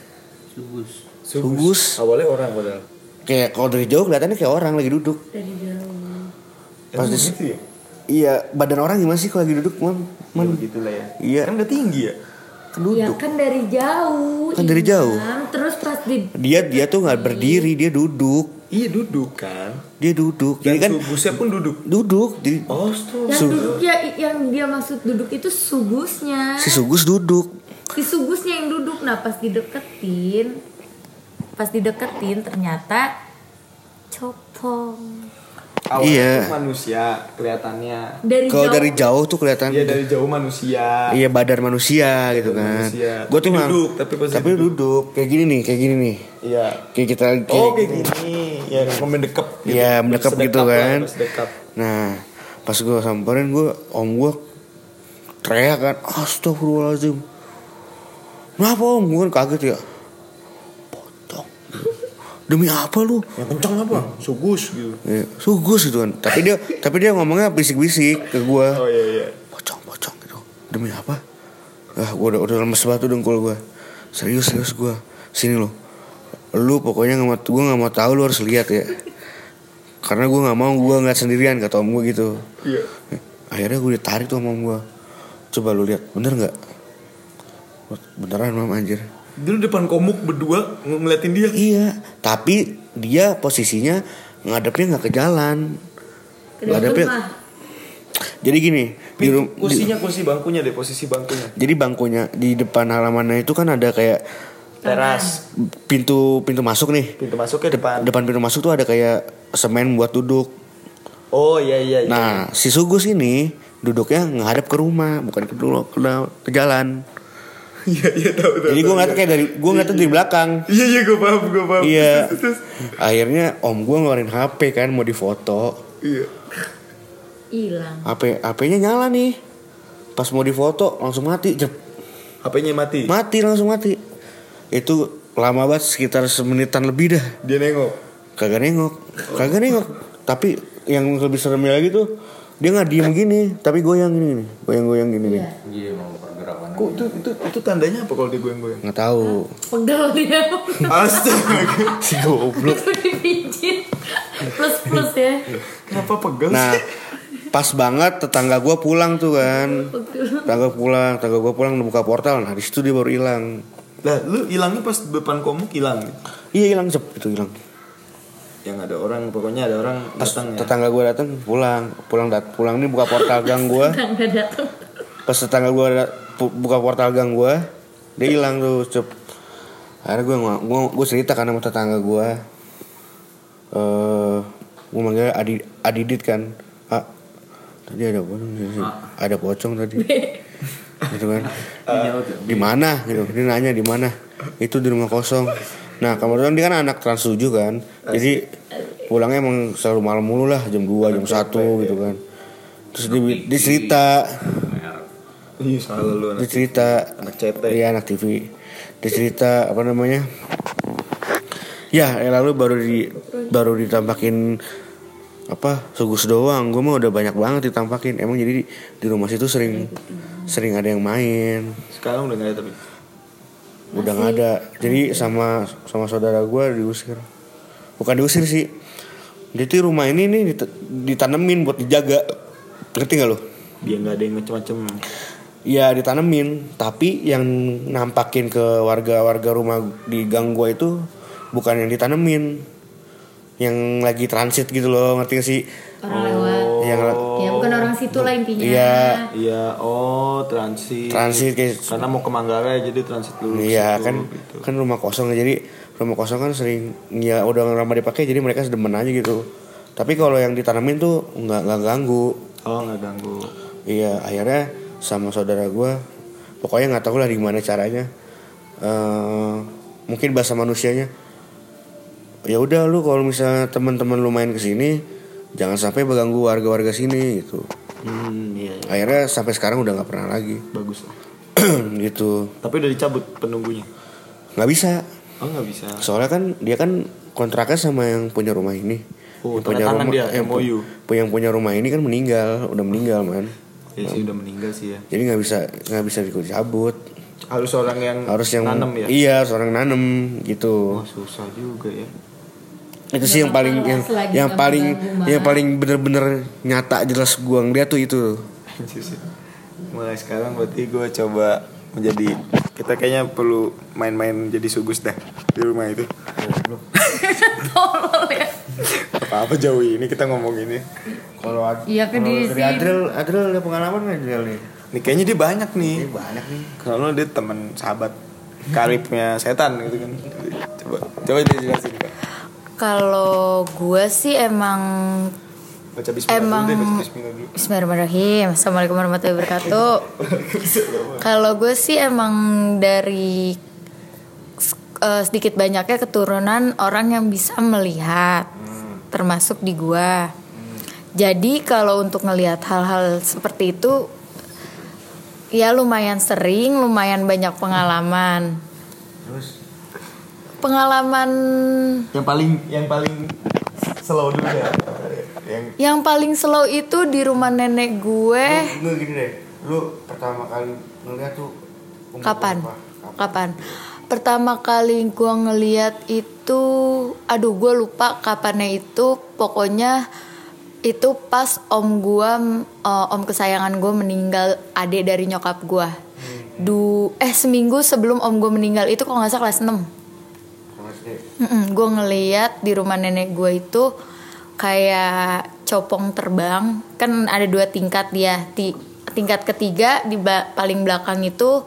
sugus. Awalnya orang padahal. Kayak kalau dari jauh kelihatannya kayak orang lagi duduk. Dari jauh. Pas di gitu ya? Iya, badan orang gimana sih kalau lagi duduk, man? Gitu lah ya. Iya. Kan udah tinggi ya. Kan Ya duduk. kan dari jauh. Kan dari jauh. Terus pas di Dia tuh nggak berdiri, dia duduk. Iya duduk kan. Dia duduk. Dan Jadi kan subusnya pun duduk. duduk. Jadi Oh, tuh. yang duduk ya, yang dia maksud duduk itu sugusnya. si sugus duduk. Si sugusnya yang duduk. Nah pas dideketin ternyata copong. Awalnya Iya. tuh manusia kelihatannya. Kalau dari jauh tuh kelihatan. Iya dari jauh manusia. Iya, badan manusia gitu kan. Manusia. Gue tuh Tapi nggak- duduk, tapi pas tapi duduk kayak gini nih. Iya. Kayak kita Oh kayak gini. Ya mendekap. Iya, mendekap gitu kan. Sedekap. Nah, pas gue samperin om gue teriak kan, astagfirullahaladzim. Kenapa om? Gue kan kaget ya. Potong. Demi apa lu? Yang kencang apa? Sugus gitu. Ya, sugus gitu kan. Tapi dia ngomongnya bisik-bisik ke gue. Oh iya. Pocong gitu. Demi apa? Gue udah lemes banget tuh dengkul gue. Serius gue. Sini lo. Lu pokoknya gue nggak mau tahu, lu harus lihat ya. Karena gue nggak mau gue ngeliat sendirian, kata om gue gitu. Iya. Akhirnya gue ditarik tuh sama om gue. Coba lu lihat, bener nggak? Beneran mam, anjir. Dulu depan komuk berdua ngeliatin dia. Iya, tapi dia posisinya ngadepnya nggak ke jalan. Ngadepnya. Jadi gini, Kursi bangkunya deh, posisi bangkunya. jadi bangkunya di depan halamannya itu kan ada kayak Teras. pintu masuk nih. Pintu masuknya depan. Depan pintu masuk tuh ada kayak semen buat duduk. Oh iya. Nah, si Sugus ini duduknya ngadep ke rumah, bukan ke jalan. Iya tahu. Jadi gue ngeliatnya dari belakang. Iya gue paham. Iya. Terus. Akhirnya om gue ngeluarin HP kan mau difoto. Iya. hilang. HP-nya nyala nih. Pas mau difoto langsung mati. Jep. HP-nya mati. Langsung mati. Itu lama banget, sekitar semenitan lebih dah. Dia nengok. Kagak nengok. Tapi yang lebih seremnya lagi tuh dia nggak diem gini, tapi goyang gini nih. Goyang gini nih. Iya, mau pergerakan. Kok itu tandanya apa kalau dia goyang-goyang? Nggak tahu. Pegel dia. Astaga. Si goblok. Itu dipijit. Plus ya. Kenapa pegel Nah, sih? pas banget tetangga gue pulang tuh kan. Tetangga gue pulang udah buka portal. Nah, di situ dia baru hilang. Lah, lu hilangnya pas depan komuk hilang. Iya, hilang itu hilang. Yang ada orang, pokoknya ada orang datang ya. Tetangga gue datang pulang nih buka portal gang gue. Nggak datang. Pas tetangga gue buka portal gang gue, dia hilang tuh. Akhirnya gue cerita kan sama tetangga gue. Gue manggil Adidit kan. Tadi ada pocong sih. Ada pocong tadi. Gitu kan. Di mana gitu. Dia nanya di mana. Itu di rumah kosong. Nah, kemudian dia kan anak trans 7 kan. Jadi pulangnya emang selalu malam mulu lah, jam 2, jam 1 gitu kan. Terus dia cerita. Iya, salah lu. Dia cerita anak CT. Iya, anak TV. Dia cerita apa namanya? Ya, lalu baru ditampakin apa? Sugus doang. Gue mah udah banyak banget ditampakin. Emang jadi di rumah situ sering ada yang main. Sekarang udah enggak ada tapi. Udah nggak ada. Jadi sama saudara gue diusir. Bukan diusir sih. Jadi rumah ini nih ditanemin buat dijaga. Ngerti nggak lo? Biar nggak ada yang macem-macem. Iya ditanemin. Tapi yang nampakin ke warga rumah di gang gue itu bukan yang ditanemin, yang lagi transit gitu loh. Ngerti gak sih? Orang lewat. Ya bukan orang situ lah intinya. Iya. Transit kayak karena mau ke Manggarai jadi transit dulu. Iya situ, kan gitu. Kan rumah kosong jadi rumah kosong kan sering ya udah lama dipakai jadi mereka sedemen aja gitu. Tapi kalau yang ditanamin tuh nggak ganggu. Oh, nggak ganggu. Iya, akhirnya sama saudara gue pokoknya nggak tahu lah gimana caranya. Mungkin bahasa manusianya. Ya udah lu kalau misalnya teman-teman lu main kesini jangan sampai mengganggu warga-warga sini gitu. Iya. Akhirnya sampai sekarang udah nggak pernah lagi. Bagus lah. Gitu. Tapi udah dicabut penunggunya. Nggak bisa. Oh, nggak bisa. Soalnya kan dia kan kontraknya sama yang punya rumah ini. Oh, yang punya tangan rumah dia, MOU. Yang punya rumah ini kan udah meninggal man. Ya sih udah meninggal sih ya. Jadi nggak bisa dicabut. Harus orang yang nanam ya. Iya, harus orang nanem gitu. Oh, susah juga ya. Itu sih yang paling bener-bener nyata jelas gua ngeliat tuh itu. Mulai sekarang berarti gue coba menjadi, kita kayaknya perlu main-main jadi sugus dah di rumah itu. Tolol ya. Apa jauh ini kita ngomong ini. Kalau Iya kan di dari Adril ada pengalaman nggak Adril nih? Nih kayaknya dia banyak nih. Ini banyak nih. Kalau dia teman sahabat karibnya setan gitu kan. Coba dijelasin Kak. Kalau gue sih emang Baca bismillah dulu deh, baca bismillah dulu. Bismillahirrahmanirrahim. Assalamualaikum warahmatullahi wabarakatuh. Kalau gue sih emang dari sedikit banyaknya keturunan orang yang bisa melihat, termasuk di gua. Jadi kalau untuk ngelihat hal-hal seperti itu, ya lumayan sering, lumayan banyak pengalaman. Terus Pengalaman Yang paling slow dulu ya. yang paling slow itu di rumah nenek gue. lu gini deh, lu pertama kali ngeliat tuh umur Kapan? berapa? Kapan? Pertama kali gue ngeliat itu, aduh gue lupa kapannya itu. Pokoknya itu pas om kesayangan gue meninggal, adik dari nyokap gue. Seminggu sebelum om gue meninggal itu kalau nggak salah kelas 6. Gue ngeliat di rumah nenek gue itu kayak copong terbang. Kan ada 2 tingkat dia. Tingkat ketiga di paling belakang itu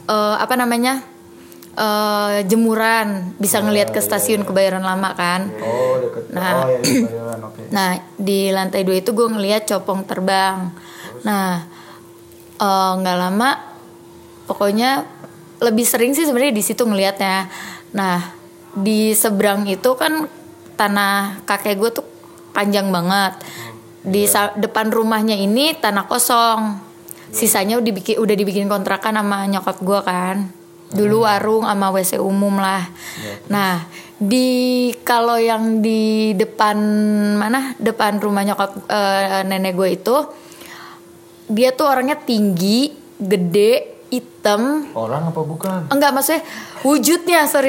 jemuran, bisa ngelihat ke stasiun Kebayoran Lama kan. Oh, deket. Nah, ya, Kebayoran, oke. Nah di lantai 2 itu gue ngelihat copong terbang. Nah nggak lama, pokoknya lebih sering sih sebenarnya di situ ngelihatnya. Nah di seberang itu kan tanah kakek gue tuh panjang banget. Di depan rumahnya ini tanah kosong. Sisanya udah dibikin kontrakan sama nyokap gue kan. Dulu warung sama WC umum lah. Nah, kalau yang di depan rumah nyokap nenek gue itu, dia tuh orangnya tinggi, gede, hitam. Orang apa bukan? Enggak, maksudnya wujudnya. Sorry.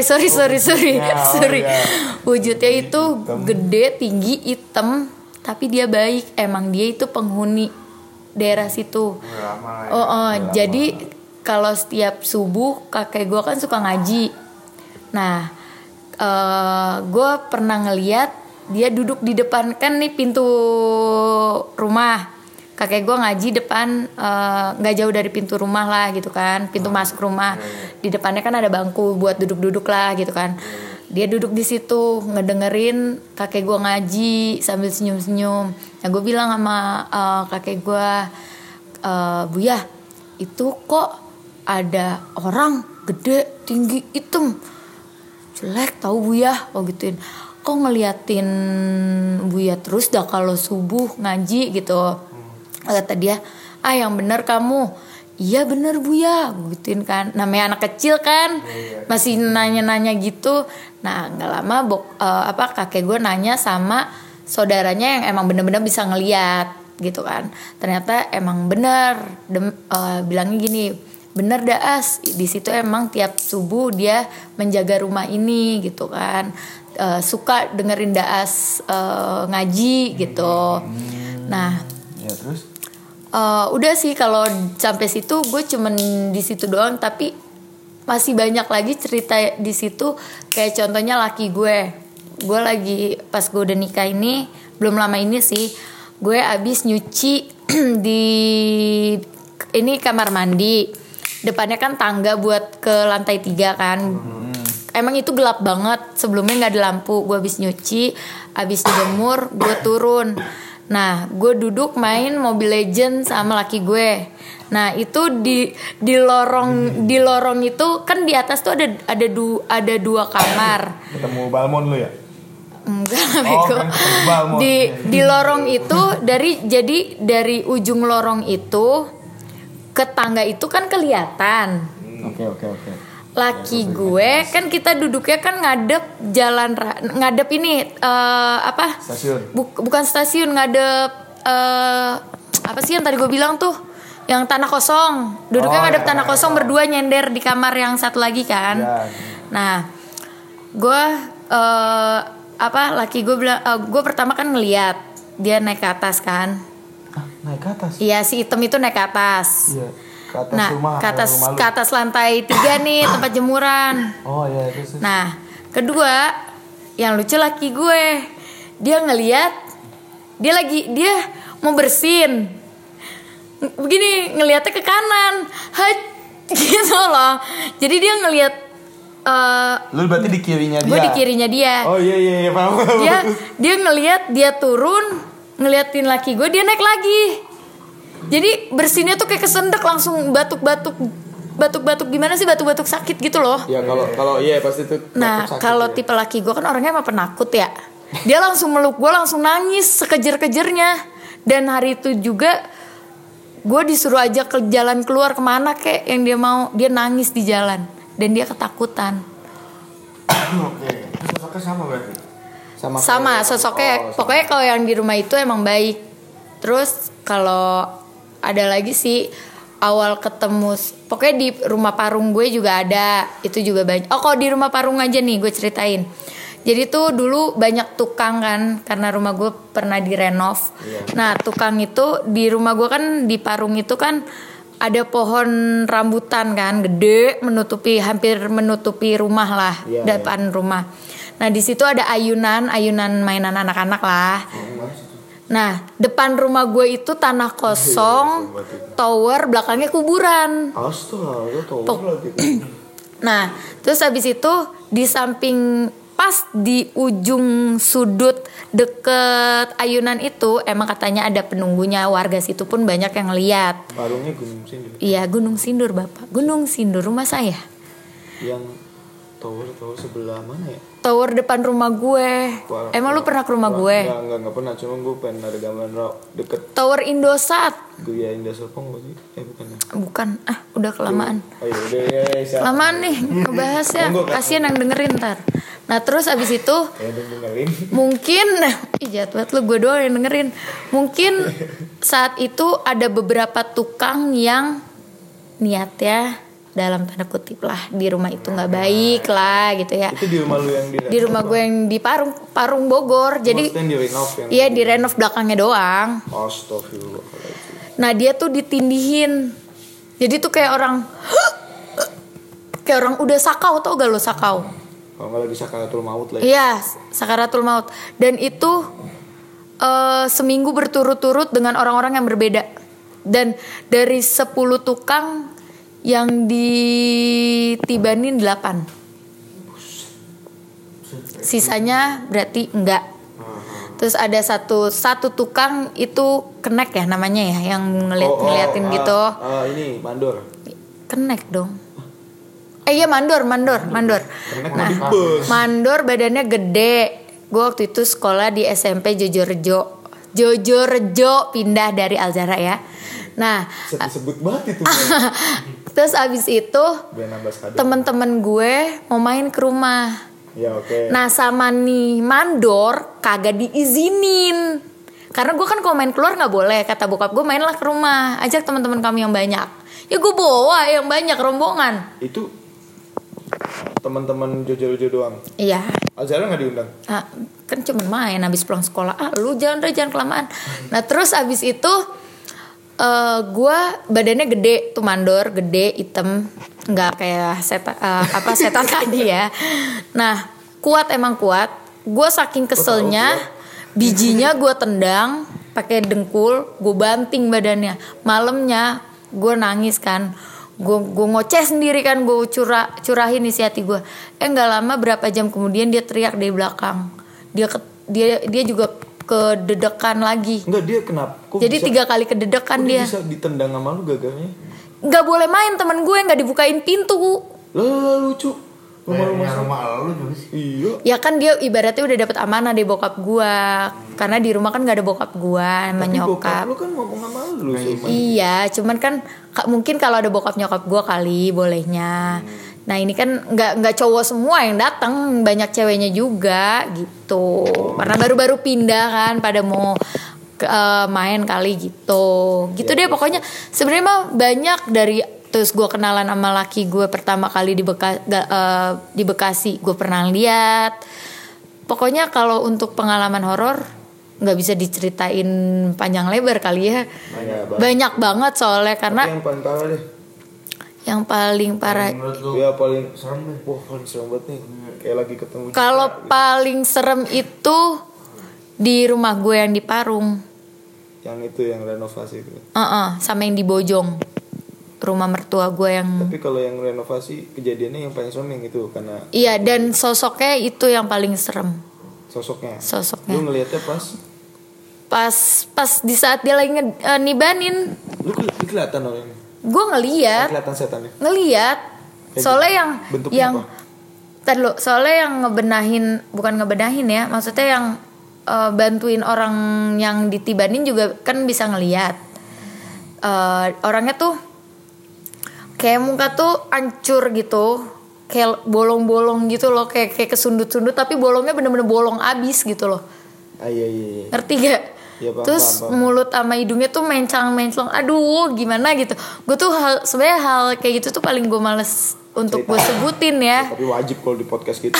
Wujudnya itu gede, tinggi, hitam, tapi dia baik. Emang dia itu penghuni daerah situ. Jadi kalau setiap subuh kakek gue kan suka ngaji. Nah, gue pernah ngeliat dia duduk di depan kan nih pintu rumah. kakek gue ngaji depan, nggak jauh dari pintu rumah lah gitu kan, pintu masuk rumah. Di depannya kan ada bangku buat duduk-duduk lah gitu kan. Dia duduk di situ ngedengerin kakek gue ngaji sambil senyum-senyum. Nah gue bilang sama kakek gue, Buya, itu kok ada orang gede tinggi hitam, jelek tahu Buya, gituin. Kok ngeliatin Buya terus dah kalau subuh ngaji gitu. Kata dia, yang bener kamu. Iya bener Buya, gituin kan. Namanya anak kecil kan, masih nanya-nanya gitu. Nah nggak lama kakek gue nanya sama saudaranya yang emang bener-bener bisa ngeliat gitu kan. Ternyata emang bener, bilangnya gini, bener dah As, di situ emang tiap subuh dia menjaga rumah ini gitu kan. Suka dengerin Daas ngaji gitu. Nah, Ya terus? Udah sih kalau sampai situ gue cuman di situ doang, tapi masih banyak lagi cerita di situ. Kayak contohnya laki gue lagi pas gue udah nikah ini, belum lama ini sih, gue abis nyuci di ini kamar mandi. Depannya kan tangga buat ke lantai 3 kan. Emang itu gelap banget, sebelumnya nggak ada lampu. Gue habis nyuci, habis dijemur, gue turun. Nah, gue duduk main Mobile Legends sama laki gue. Nah, itu di lorong itu kan di atas tuh ada dua kamar. Ketemu Balmon lu ya? Enggak lah bego. Kan ketemu Balmon. Di lorong itu dari ujung lorong itu ke tangga itu kan kelihatan. Oke. Laki gue kan kita duduknya kan ngadep ini Stasiun. bukan stasiun, ngadep apa sih yang tadi gue bilang tuh, yang tanah kosong. Duduknya ngadep tanah kosong, berdua nyender di kamar yang satu lagi kan. Ya. Nah, gue laki gue bilang, gue pertama kan ngeliat dia naik ke atas kan. Naik ke atas? Iya, si hitam itu naik ke atas. Iya. Ke atas Nah, rumah. ke atas lantai 3 nih tempat jemuran. Oh iya terus. Nah, kedua yang lucu laki gue, dia ngeliat dia mau bersin. Begini ngeliatnya ke kanan, gitu loh. Jadi dia ngeliat. Lu berarti di kirinya dia? Gue di kirinya dia. Oh iya paham. Dia ngeliat, dia turun, ngeliatin laki gue, dia naik lagi. Jadi bersinnya tuh kayak kesendek, langsung batuk-batuk gimana sih, batuk-batuk sakit gitu loh. Ya kalau iya pasti tuh. Nah kalau tipe laki gue kan orangnya emang penakut ya. Dia langsung meluk gue, langsung nangis sekejer-kejernya. Dan hari itu juga gue disuruh ajak ke jalan keluar kemana kayak yang dia mau. Dia nangis di jalan dan dia ketakutan. Oke. Sosoknya sama berarti? Sama sosoknya. Pokoknya kalau yang di rumah itu emang baik. Terus kalau ada lagi sih awal ketemu, pokoknya di rumah Parung gue juga ada, itu juga banyak. Oh kalau di rumah Parung aja nih gue ceritain. Jadi tuh dulu banyak tukang kan, karena rumah gue pernah direnov. Nah tukang itu di rumah gue kan di Parung itu kan ada pohon rambutan kan, gede, hampir menutupi rumah lah, depan rumah. Nah di situ ada ayunan mainan anak-anak lah. Nah depan rumah gue itu tanah kosong, tower, belakangnya kuburan. Astaga, tower lagi. Nah terus habis itu di samping, pas di ujung sudut deket ayunan itu, emang katanya ada penunggunya, warga situ pun banyak yang lihat. Parungnya Gunung Sindur. Iya Gunung Sindur bapak, Gunung Sindur rumah saya. Yang tower sebelah mana ya? Tower depan rumah gue. Emang lu pernah ke rumah gue? Enggak pernah, cuma gue pengen ada gambar deket Tower Indosat. Gue ya Indah Serpong berarti? Bukan ya? Bukan, udah kelamaan. Oh iya udah. Kelamaan nih ngebahasnya, kasihan yang dengerin ntar. Nah terus abis itu mungkin jahat banget lu, gue doang yang dengerin. Mungkin saat itu ada beberapa tukang yang niatnya dalam tanda kutip lah di rumah itu nggak baik lah gitu ya. Itu di rumah lu yang di rumah gue yang di Parung Bogor. Jadi iya direnov belakangnya doang. Astagfirullahaladzim. Nah dia tuh ditindihin. Jadi tuh kayak orang udah sakau, tau gak lo sakau? Kalau nggak lagi sakaratul maut lagi. Iya sakaratul maut. Dan itu seminggu berturut-turut dengan orang-orang yang berbeda. Dan dari 10 tukang yang ditibanin 8. Sisanya berarti enggak. Terus ada satu tukang itu kenek ya namanya ya, yang ngeliatin gitu. Ini mandor. Kenek dong. Iya mandor. Nah, mandor badannya gede. Gue waktu itu sekolah di SMP Jojorejo pindah dari Alzara ya. Nah, sebut banget itu. Terus abis itu temen-temen gue mau main ke rumah. Ya oke. Nah sama nih mandor kagak diizinin. Karena gue kan kalau main keluar nggak boleh. Kata bokap gue mainlah ke rumah, ajak teman-teman kami yang banyak. Ya gue bawa yang banyak rombongan. Itu teman-teman Jojo doang. Iya. Alzara nggak diundang? Kan cuma main habis pulang sekolah. Lu jangan kelamaan. Nah terus abis itu gue badannya gede tuh mandor, gede hitam, nggak kayak setan tadi ya. Nah emang kuat. Gue saking keselnya, bijinya gue tendang pakai dengkul, gue banting badannya. Malamnya gue nangis kan, gue ngoceh sendiri kan, gue curahin isi hati gue. Nggak lama berapa jam kemudian dia teriak dari belakang. Dia juga kededekan lagi. Enggak, dia kenapa? Jadi 3 kali kededekan dia. Bisa ditendang sama lu gagalnya? Nggak boleh main, temen gue nggak dibukain pintu. Lah lucu. Rumah lu juga sih. Iya. Ya kan dia ibaratnya udah dapet amanah dari bokap gue. Karena di rumah kan nggak ada bokap gue, sama nyokap. Tapi lu kan ngomong sama lu sih. Iya, cuman kan mungkin kalau ada bokap nyokap gue kali bolehnya. Nah ini kan nggak cowok semua yang datang, banyak ceweknya juga gitu. Karena baru-baru pindah kan, pada mau main kali gitu. Gitu deh pokoknya. Sebenarnya mah banyak dari. Terus gue kenalan sama laki gue pertama kali di Bekasi, gue pernah lihat. Pokoknya kalau untuk pengalaman horor nggak bisa diceritain panjang lebar kali ya. Banyak banget soalnya karena. Yang paling parah deh. Yang paling parah. Ya paling serem deh. Wah paling serem banget nih. Kayak lagi ketemu. Kalau paling serem itu di rumah gue yang di Parung. Yang itu yang renovasi itu. Sama yang di Bojong. Rumah mertua gue yang. Tapi kalau yang renovasi kejadiannya yang paling serem yang itu karena. Iya dan sosoknya itu yang paling serem. Sosoknya. Lu ngelihatnya pas di saat dia lagi nibanin. Lu kelihatan orangnya. Gue ngeliat. Kelihatan setannya. Ngeliat. Soalnya yang bentuknya apa? Tadi lo, soalnya yang bukan ngebenahin ya, maksudnya yang bantuin orang yang ditibanin juga kan bisa ngeliat. Orangnya tuh kayak muka tuh hancur gitu, kayak bolong-bolong gitu loh, kayak kesundut-sundut, tapi bolongnya bener-bener bolong abis gitu loh. Iya. Ngerti gak? Ya, Terus paham. mulut sama hidungnya tuh mencong, aduh gimana gitu. Gue tuh sebenarnya hal kayak gitu tuh paling gue males untuk gue sebutin ya. Tapi wajib kalau di podcast kita.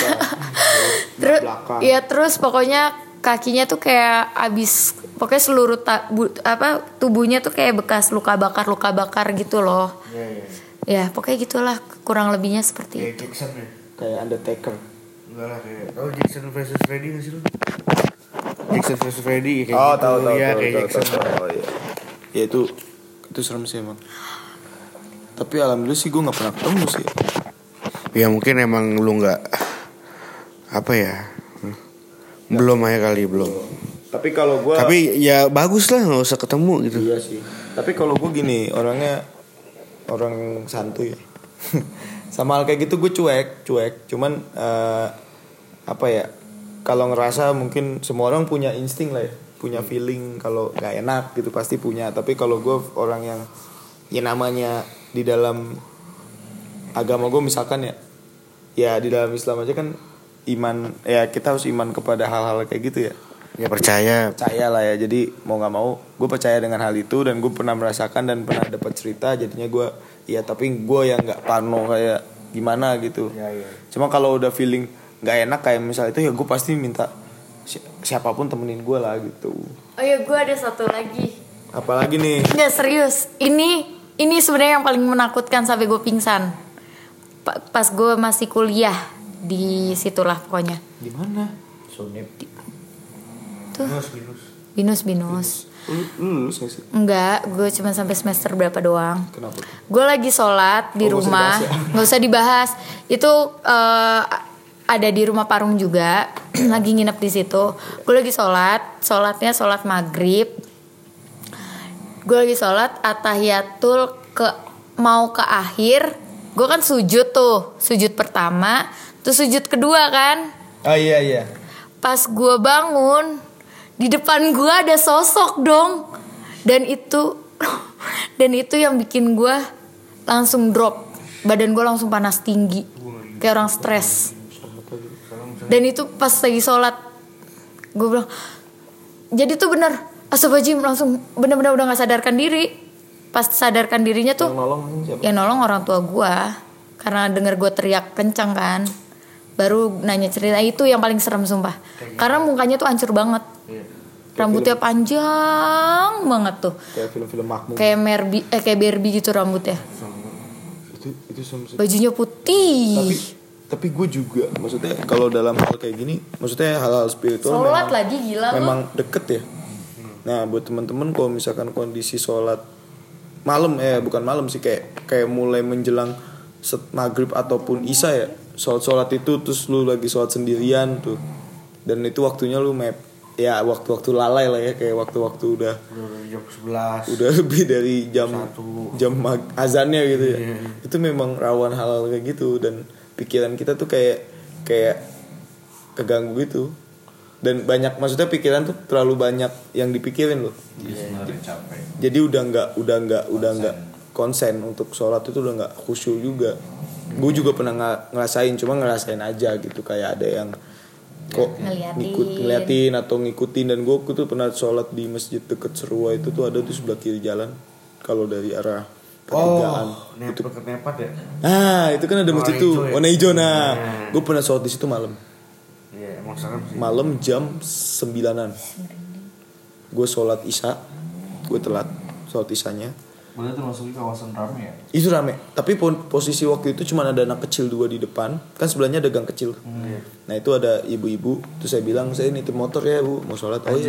Terus pokoknya kakinya tuh kayak abis, pokoknya seluruh tubuhnya tuh kayak bekas luka bakar gitu loh. Ya pokoknya gitulah kurang lebihnya seperti itu. Jackson ya. Kayak Undertaker. Enggak lah kayak. Oh Jackson versus Freddy nggak sih lu? Jackson versus Freddy kayak Oh, gitu. tahu. Iya kayak Jackson. Oh iya. Ya itu serem sih emang. Tapi alhamdulillah sih gue nggak pernah ketemu sih. Ya mungkin emang lu nggak apa ya. Belum aja kali belum. Tapi kalau gue. Tapi ya bagus lah nggak usah ketemu gitu. Iya sih. Tapi kalau gue gini orangnya orang santuy. Sama hal kayak gitu gue cuek. Cuman apa ya? Kalau ngerasa mungkin semua orang punya insting lah ya, punya feeling kalau nggak enak gitu pasti punya. Tapi kalau gue orang yang ya namanya di dalam agama gue misalkan ya di dalam Islam aja kan iman ya kita harus iman kepada hal-hal kayak gitu ya. Ya percaya lah ya. Jadi mau nggak mau gue percaya dengan hal itu dan gue pernah merasakan dan pernah dapat cerita. Jadinya gue ya tapi gue yang nggak parno kayak gimana gitu. Ya. Cuma kalau udah feeling nggak enak kayak misalnya itu ya gue pasti minta siapapun temenin gue lah gitu. Oh ya gue ada satu lagi. Apalagi nih? Nggak serius. Ini sebenarnya yang paling menakutkan sampai gue pingsan. Pas gue masih kuliah di situlah pokoknya. Gimana? Tuh. Binus. Lu lulus gak sih? Enggak, gue cuma sampai semester berapa doang. Kenapa? Gue lagi sholat di Oh, rumah, nggak usah dibahas. Itu ada di rumah Parung juga, lagi nginep di situ. Gue lagi sholatnya sholat maghrib. Gue lagi sholat atahiyatul mau ke akhir. Gue kan sujud tuh, sujud pertama, terus sujud kedua kan. Oh iya. Pas gue bangun, di depan gue ada sosok dong, dan itu yang bikin gue langsung drop, badan gue langsung panas tinggi, kayak orang stres. Dan itu pas lagi sholat, gue bilang, jadi tuh bener, astagfirullahaladzim, langsung bener-bener udah nggak sadarkan diri. Pas sadarkan dirinya tuh, yang nolong orang tua gue, karena denger gue teriak kencang kan, baru nanya cerita. Itu yang paling serem sumpah, karena mukanya tuh hancur banget. Rambutnya panjang banget tuh. Kayak film-film Makmum. Kayak Barbie gitu rambutnya. Itu sama sih. Bajunya putih. Tapi gue juga, maksudnya kalau dalam hal kayak gini, maksudnya hal-hal spiritual Sholat lagi gila memang deket ya. Nah, buat teman-teman kalau misalkan kondisi sholat malam, bukan malam sih, kayak mulai menjelang maghrib ataupun isya ya, sholat itu terus lu lagi sholat sendirian tuh, dan itu waktunya lu ya waktu-waktu lalai lah ya, kayak waktu-waktu udah jam 11, udah lebih dari jam azannya gitu ya. Itu memang rawan hal-hal kayak gitu, dan pikiran kita tuh kayak keganggu gitu, dan banyak, maksudnya pikiran tuh terlalu banyak yang dipikirin loh. Jadi udah nggak konsen untuk sholat, itu udah nggak khusyuk juga. Gue juga pernah ngerasain, cuma ngerasain aja gitu, kayak ada yang kok ngeliatin atau ngikutin. Dan gue tuh pernah sholat di masjid deket Serua itu tuh, ada di sebelah kiri jalan kalau dari arah pertigaan. Itu nepat ya. Nah itu kan ada masjid tuh warna hijau. Nah gue pernah sholat di situ malam. Iya, emang serem sih. Malam jam 9-an. Gue sholat isya, gue telat sholat isyanya. Berarti termasuk kawasan rame ya? Itu rame, tapi posisi waktu itu cuma ada anak kecil 2 di depan, kan sebelahnya ada gang kecil. Nah itu ada ibu-ibu, terus saya bilang, saya nitip motor ya bu, mau sholat aja.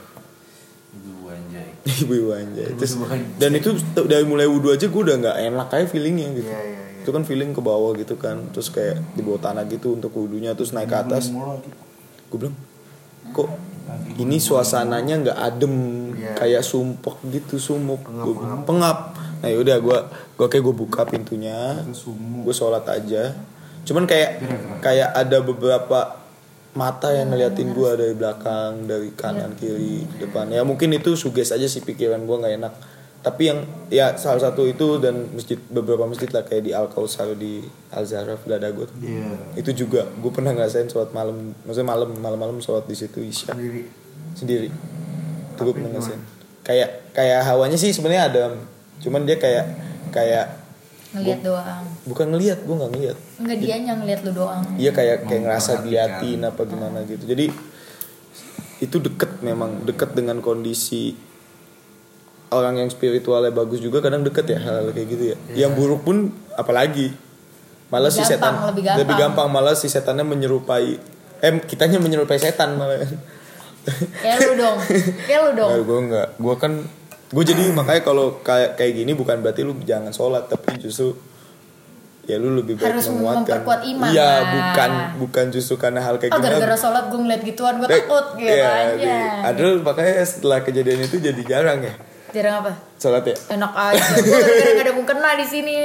Ibu-ibu anjay. Terus, dan itu dari mulai wudhu aja gue udah nggak enak kayak feelingnya gitu. Itu kan feeling ke bawah gitu kan, terus kayak di bawah tanah gitu untuk wudhunya, terus naik ke atas. Gue bilang, kok ini suasananya nggak adem, kayak sumpek gitu, sumuk, pengap. Nah yaudah gue buka pintunya, gue sholat aja. Cuman kayak ada beberapa mata yang ngeliatin gue dari belakang, dari kanan kiri depan. Ya mungkin itu suges aja sih, pikiran gue nggak enak. Tapi yang ya salah satu itu, dan beberapa masjid lah kayak di Al Kausar, di Al Zaraf, Gadagot. Itu juga gue pernah ngerasain sholat malam, maksudnya malam sholat di situ isya sendiri. Itu gue pernah ngerasain. Kayak hawanya sih sebenarnya ada, cuman dia kayak ngeliat doang. Bukan ngeliat, gue nggak ngeliat. Enggak, dia yang ngeliat lu doang. Iya kayak ngerasa diliatin apa gimana gitu. Jadi itu memang deket dengan kondisi. Orang yang spiritualnya bagus juga kadang deket ya hal-hal kayak gitu ya. Yang buruk pun apalagi. Malah si setan lebih gampang, malah si setannya menyerupai kitanya menyerupai setan malah. Kayak lu dong. Nah, gue enggak. Gue jadi makanya kalau kayak gini bukan berarti lu jangan sholat, tapi justru ya lu lebih baik harus menguatkan. memperkuat iman. Iya, bukan justru karena hal kayak gini. Gara-gara sholat gue ngeliat gituan, gue takut gitu aja. Aduh, makanya setelah kejadian itu jadi jarang ya. Jarang apa? Sholat ya? Enak aja. Gue gara-gara gak ada mukena di sini.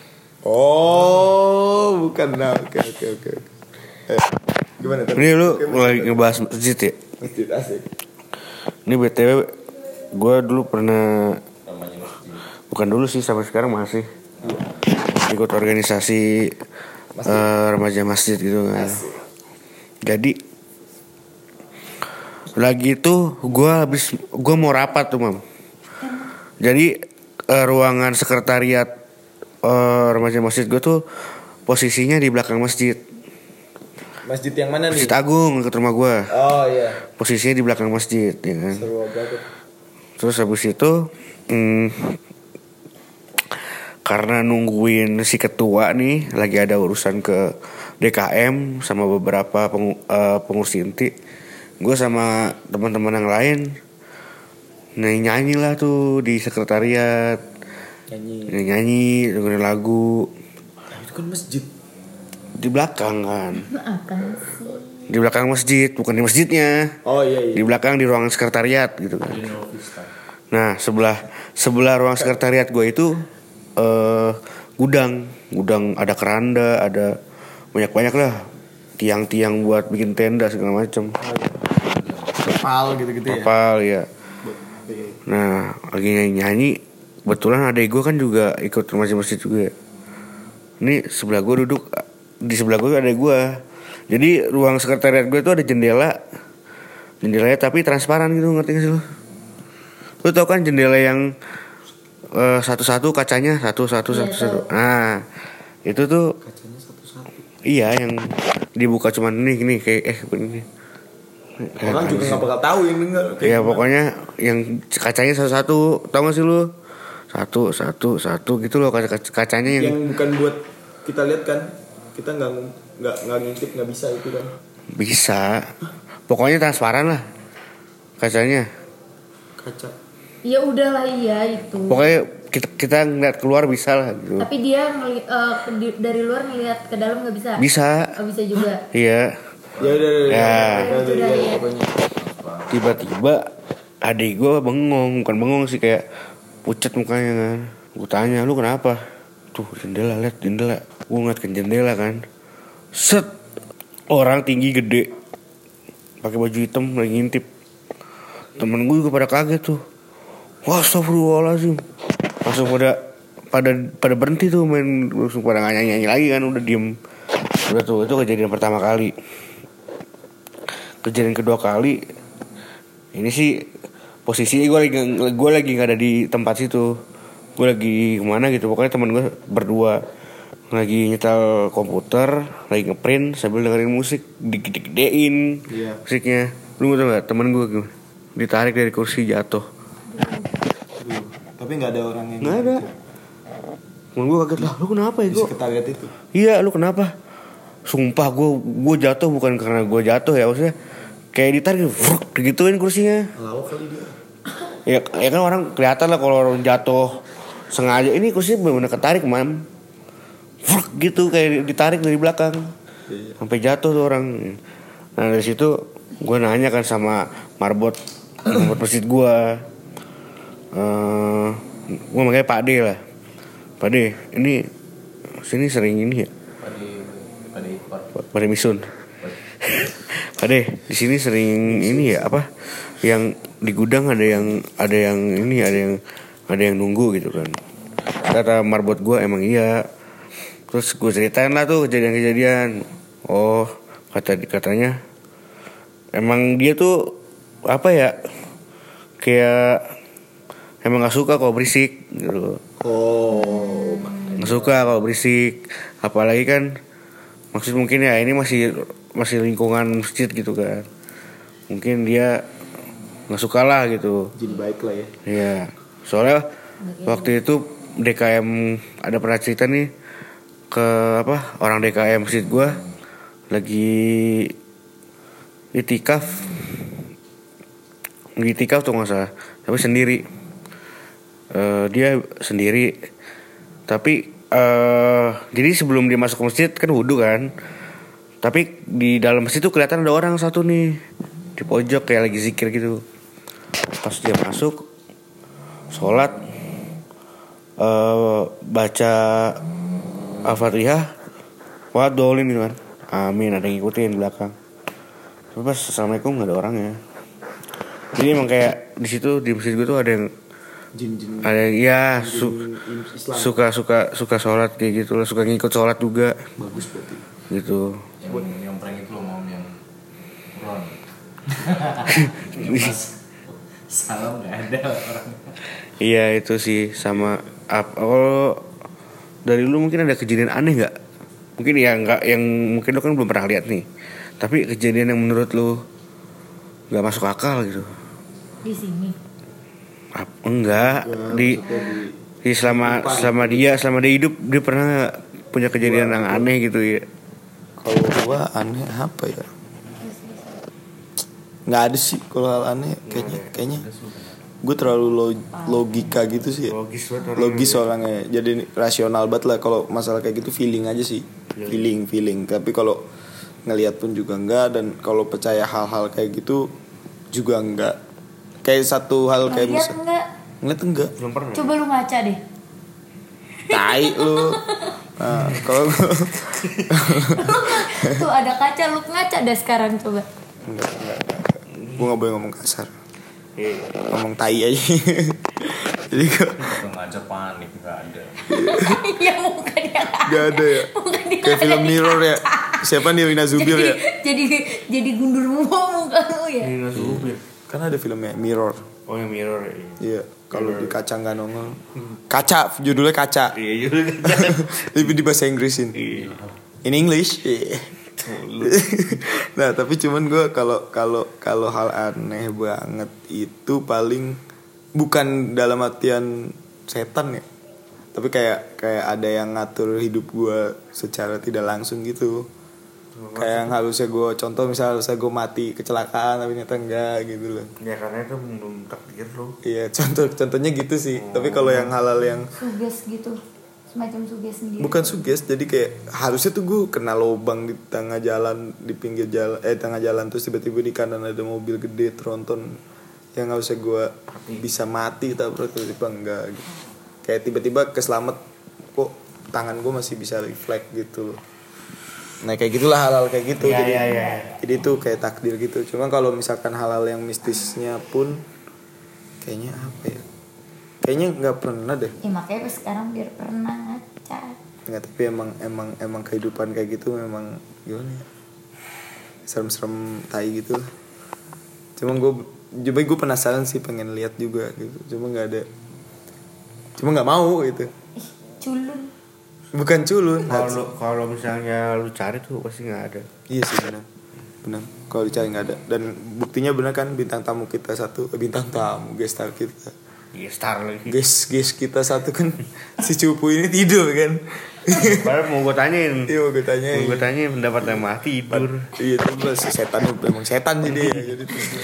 Oh, bukan. Nah, oke. Gimana tadi? Ini lu mulai ngebahas masjid ya? Masjid asik. Ini BTW gue dulu pernah, bukan dulu sih, sampai sekarang masih ikut organisasi remaja masjid gitu kan. Jadi lagi itu gue mau rapat tuh mam. Jadi ruangan sekretariat remaja masjid gue tuh posisinya di belakang masjid. Masjid yang mana nih? Masjid Agung dekat rumah gue. Oh iya. Posisinya di belakang masjid, ya kan. Seru banget. Terus habis itu karena nungguin si ketua nih lagi ada urusan ke DKM sama beberapa pengurus inti, gue sama teman-teman yang lain nyanyi lah tuh di sekretariat, nyanyi dengerin lagu. Itu kan masjid. Di belakang kan, Akan sih. di belakang masjid, bukan di masjidnya. Oh iya. Di belakang di ruangan sekretariat gitu kan. Nah sebelah ruang sekretariat gue itu gudang ada keranda, ada banyak lah tiang-tiang buat bikin tenda segala macam. Kapal gitu-gitu ya. Kapal ya. Nah lagi nyanyi, kebetulan adek gue kan juga ikut masjid juga. Ini sebelah gue duduk, di sebelah gue ada gue. Jadi ruang sekretariat gue itu ada jendelanya tapi transparan gitu, ngerti gak sih lo? Lo tau kan jendela yang satu-satu kacanya satu. Nah itu tuh kacanya satu-satu. Iya yang dibuka cuman ini kayak ini. Orang juga nggak bakal tahu yang denger. Ya pokoknya yang kacanya satu-satu, tau gak sih lo? Satu gitu loh kacanya yang bukan buat kita lihat kan. Kita nggak ngintip, nggak bisa itu kan. Bisa. Pokoknya transparan lah kacanya. Kaca. Ya udahlah iya itu. Pokoknya kita ngeliat keluar bisa lah gitu. Tapi dia dari luar ngeliat ke dalam nggak bisa. Bisa. Oh, bisa juga. Iya. Ya udah. Ya. Pokoknya. Tiba-tiba adik gue bukan bengong sih, kayak pucat mukanya kan. Gue tanya, lu kenapa? Tuh jendela, liat jendela. Gue ngeliat ke jendela kan. Set. Orang tinggi gede, pakai baju hitam lagi ngintip. Temen gue juga pada kaget tuh. Wah, astagfirullahaladzim. Langsung pada berhenti tuh main, langsung pada nyanyi lagi kan, udah diem. Udah tuh, itu kejadian pertama kali. Kejadian kedua kali, ini sih posisinya gue lagi nggak ada di tempat situ. Gue lagi kemana gitu, pokoknya temen gue berdua lagi nyetel komputer, lagi ngeprint sambil dengerin musik, digede-gedein musiknya. Lu tau gak temen gue ditarik dari kursi jatuh. Tapi nggak ada orang yang. Nggak ada. Temen gue kaget lah, lu kenapa ya? Di sekretariat itu. Iya, lu kenapa? Sumpah gue jatuh bukan karena gue jatuh ya, maksudnya kayak ditarik, digituin kursinya. Lawak kali dia. Ya kan orang kelihatan lah kalau orang jatuh sengaja. Ini kursinya bener-bener ketarik, mam. Gitu kayak ditarik dari belakang sampai jatuh tuh orang. Nah dari situ gue nanya kan sama marbot masjid gue. Gue manggilnya Pak D lah. Pak D, ini sini sering ini ya. Pak D Misun. Pak D, di sini sering ini ya apa? Yang di gudang ada yang ini ada yang nunggu gitu kan. Kata marbot gue emang iya. Terus gue ceritain lah tuh kejadian-kejadian. Oh, katanya emang dia tuh apa ya? Kayak emang gak suka kalau berisik gitu. Oh. Gak suka kalau berisik. Apalagi kan maksud mungkin ya ini masih lingkungan masjid gitu kan. Mungkin dia gak suka lah gitu. Jadi baik lah ya. Iya. Soalnya waktu itu DKM ada pernah cerita nih ke orang DKM masjid gue lagi itikaf tuh nggak salah, tapi sendiri. Dia sendiri tapi jadi sebelum dia masuk ke masjid kan wudu kan, tapi di dalam masjid tuh kelihatan ada orang satu nih di pojok kayak lagi zikir gitu. Pas dia masuk sholat, baca Al-Fatihah, wadolin gitu kan, amin, ada yang ngikutin belakang. Tapi pas assalamualaikum nggak ada orangnya. Jadi emang kayak di situ di masjid gue tuh ada yang Jin-jin. ada yang ya Islam. suka sholat kayak gitu lah, suka ngikut sholat juga. Bagus berarti. Gitu. Yang prank itu loh, yang Ron. Salam nggak ada orang. Iya itu sih sama kalau dari lu mungkin ada kejadian aneh nggak? Mungkin ya nggak, yang mungkin lu kan belum pernah lihat nih. Tapi kejadian yang menurut lu nggak masuk akal gitu. Di sini. Enggak di selama dia hidup dia pernah gak punya kejadian yang aneh gitu ya? Kalau gua aneh apa ya? Nggak ada sih kalau hal aneh kayaknya gue terlalu logika gitu sih ya. Logis orangnya, jadi rasional banget lah. Kalau masalah kayak gitu feeling aja sih, feeling. Tapi kalau ngelihat pun juga enggak, dan kalau percaya hal-hal kayak gitu juga enggak. Kayak satu hal kayak ngeliat enggak. Belum pernah. Coba lu ngaca deh. Tai lu. Nah, kalau Tuh ada kaca, lu ngaca deh sekarang coba. enggak. Gue nggak boleh ngomong kasar. Ngomong tai aja. Jadi gue ngajak panik nggak ada. Ya muka dia nggak ada ya. Kayak film Mirror ya. Siapa nih Rina Zubir ya? Jadi gundur muka lu ya. Ini Zubir. Kan ada filmnya Mirror. Oh yang Mirror ya. Iya. Kalau di kaca nggak nongol. Kaca, judulnya kaca. Iya juga. Tapi di bahasa Inggrisin. In English. Nah tapi cuman gue kalau hal aneh banget itu paling bukan dalam artian setan ya, tapi kayak ada yang ngatur hidup gue secara tidak langsung gitu. Kayak yang harusnya gue contoh, misalnya harusnya gue mati kecelakaan tapi ternyata enggak gitu loh. Ya karena itu belum takdir lo. Iya, contohnya gitu sih. Tapi kalau yang halal yang Suges gitu, semacam suges sendiri. bukan suges, jadi kayak harusnya tuh gue kena lubang di tengah jalan, di pinggir jalan, tengah jalan, terus tiba-tiba di kanan ada mobil gede tronton, yang harusnya gue bisa mati tapi tiba-tiba enggak gitu. Kayak tiba-tiba keselamat, kok tangan gue masih bisa refleks gitu loh. Nah kayak gitulah, hal-hal kayak gitu. Jadi itu kayak takdir gitu. Cuma kalau misalkan hal-hal yang mistisnya pun kayaknya apa ya, kayaknya nggak pernah deh. Ya makanya sekarang biar pernah ngaca. Nggak, tapi emang kehidupan kayak gitu memang gimana ya, serem-serem tai gitu lah. Cuma gue penasaran sih, pengen lihat juga gitu. Cuma nggak mau gitu. Culun. Bukan culun. Kalau misalnya lu cari tuh pasti nggak ada. Iya sih, benar. Kalau dicari nggak ada. Dan buktinya benar kan, bintang tamu kita satu, bintang tamu guest star kita. Iya star lagi. Guest kita satu kan si cupu ini tidur kan. Padahal mau gue tanyain. Iya, mau gue tanyain pendapatnya mati tidur. Iya, itu si setan, memang setan jadi ya. Jadi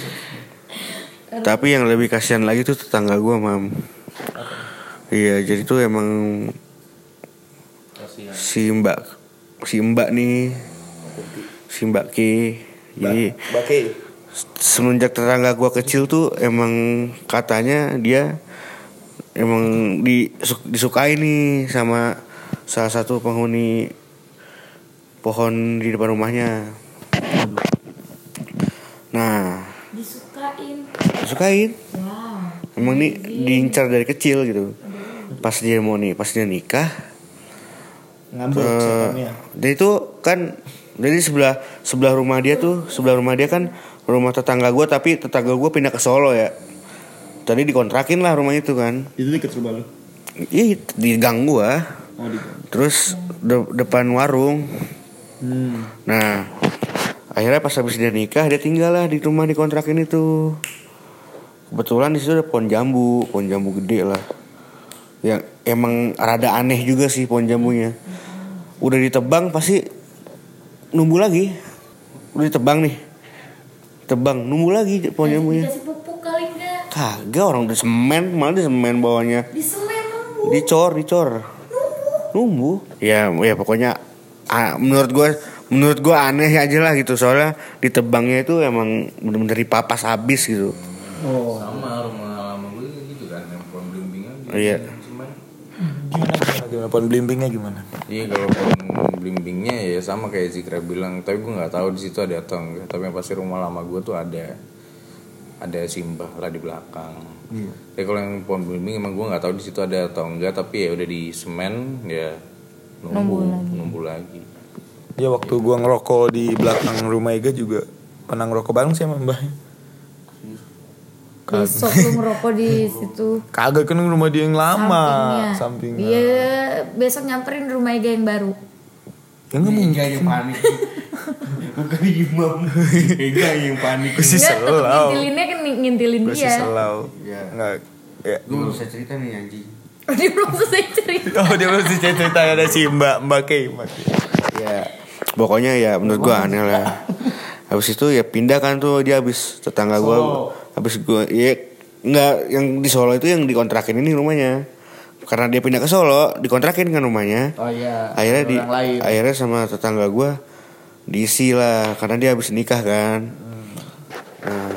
Tapi yang lebih kasihan lagi tuh tetangga gue, Mam. Iya, jadi tuh emang si Mbak nih, si Mbak Ki. Jadi Bake. semenjak tetangga gue kecil tuh emang katanya dia emang disukai nih sama salah satu penghuni pohon di depan rumahnya. Nah, disukain. Wow. Emang nih diincar dari kecil gitu. Pas dia nikah, Ngambek setannya. dan itu kan jadi sebelah rumah dia kan rumah tetangga gue, tapi tetangga gue pindah ke Solo ya. Tadi dikontrakin lah rumah itu kan. Itu dekat rumah lu. Iya, di gang gue. Oh, di gang. Terus depan warung. Nah, akhirnya pas habis dia nikah, dia tinggal lah di rumah dikontrakin itu. Kebetulan di situ ada pohon jambu gede lah. Yang emang rada aneh juga sih pohon jambunya. Udah ditebang pasti numbuh lagi. Udah ditebang nih, numbuh lagi pohon jambunya. Dikasih pupuk kali enggak? Kagak, orang udah semen, malah di semen bawahnya. Di semen numbuh. Dicor. Numbuh. Ya pokoknya menurut gue aneh aja lah gitu, soalnya ditebangnya itu emang bener-bener dipapas habis gitu. Oh. Sama rumah lama gue gitu kan, yang pohon belimbingan gitu. Iya. Gimana pohon belimbingnya gimana? Iya, kalau pohon belimbingnya ya sama kayak Zikra bilang, tapi gue nggak tahu di situ ada atau enggak. Tapi yang pasti rumah lama gue tuh ada simbah lah di belakang. Iya. Tapi kalau yang pohon belimbing emang gue nggak tahu di situ ada atau enggak, tapi ya udah di semen ya numbuh lagi. Ya waktu gua ngerokok di belakang rumah Ega juga pernah ngerokok bareng sih sama mbahnya. Besok lu ngerokok di situ. Kagak, kan rumah dia yang lama. Sampingnya. Sampingnya. Iya, besok nyamperin rumah Ega yang baru. Ya nggak mungkin. Ega yang panik. Bukan Imam. Ega yang panik. Gue sih Enggak, tetep selau. ngintilinnya kan ngintilin Gue sih dia. selau. Iya. Nggak. Ya. Gue baru saya cerita nih anjing. Oh, dia belum selesai cerita. Oh, dia masih cerita ada si Mbak Kay. Ya, pokoknya ya menurut gue aneh lah. Habis itu ya pindah kan tuh dia, habis tetangga gue, habis gue ya Enggak, yang di Solo itu yang dikontrakin ini rumahnya. Karena dia pindah ke Solo, dikontrakin kan rumahnya. Oh iya. Akhirnya akhirnya sama tetangga gue diisi lah karena dia habis nikah kan. Nah,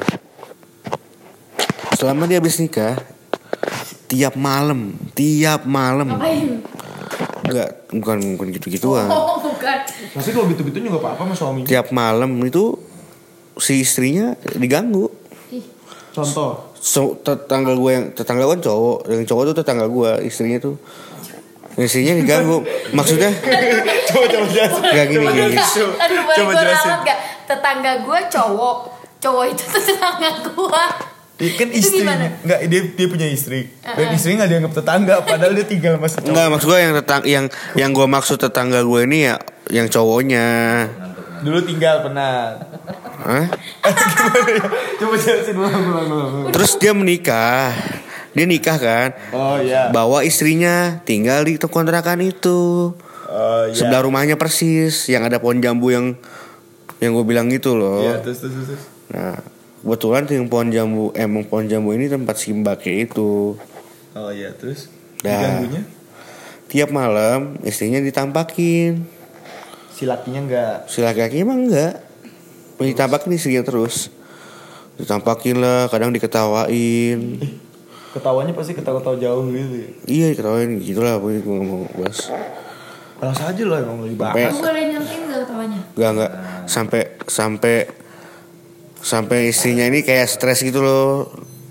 selama dia habis nikah tiap malam Ngapain? enggak bukan gitu-gituan. Oh bukan. Tapi kalau gitu-gitu juga apa-apa sama suaminya. Tiap malam itu si istrinya diganggu. Contoh. Tetangga kan cowok, yang cowok tuh tetangga gue, istrinya diganggu. Maksudnya Coba jelasin. Gak gini. Aduh boleh Coba gue jelasin. ralat gak? Tetangga gue cowok itu tuh tetangga gue. Kan istrinya enggak, dia punya istri. Dan istrinya enggak dianggap tetangga padahal dia tinggal sama si cowok. Enggak, maksud gue yang gue maksud tetangga gue ini ya yang cowoknya. Dulu tinggal pernah. Hah? Coba jelasin ulang. Terus dia menikah. Dia nikah kan? Oh iya. Bawa istrinya tinggal di kontrakan itu. Oh iya. Sebelah rumahnya persis yang ada pohon jambu yang gue bilang gitu loh. Iya, terus. Nah, kebetulan tuh yang pohon jambu ini tempat si Mbake itu. Oh iya, terus Dah. diganggunya Tiap malam istrinya ditampakin. si lakinya enggak. Si laki-laki emang enggak. Ditampakin istrinya terus. Ditampakin lah, kadang diketawain. Ketawanya pasti ketawa-ketawa jauh gitu ya. Iya, diketawain gitulah, pokoknya gue ngomong bahas. Balas aja loh emang lagi bahas. Sampai- Kamu boleh nyantain gak ketawanya? Enggak sampai istrinya ini kayak stres gitu loh,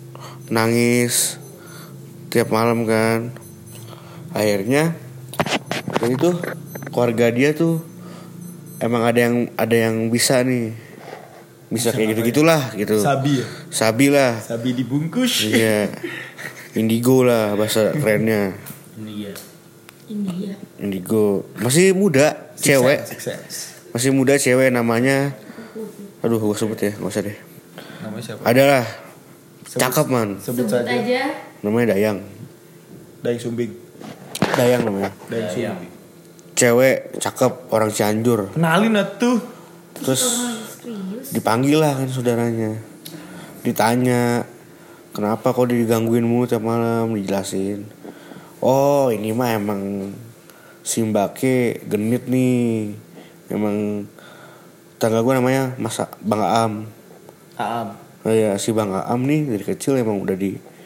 nangis tiap malam kan. Akhirnya itu keluarga dia tuh emang ada yang bisa kayak gitu-gitulah gitu. Sabi lah. Sabi dibungkus. Iya. Indigo lah bahasa kerennya. India. Indigo. Masih muda, cewek. Sukses. Masih muda cewek namanya. Aduh, gue sebut ya, nggak usah deh. Namanya siapa? Adalah cakep man. Sebut Sebut saja. aja. Namanya Dayang. Dayang Sumbing. Dayang namanya. Dayang Sumbing. Cewek cakep, orang Cianjur. Kenalin atuh. Terus dipanggil lah kan saudaranya. Ditanya, kenapa kok digangguin mulu tiap malam, dijelasin. Oh, ini mah emang si Mbake genit nih. Emang tangga gue namanya Bang Aam. Aam. Oh ya, si Bang Aam nih dari kecil emang udah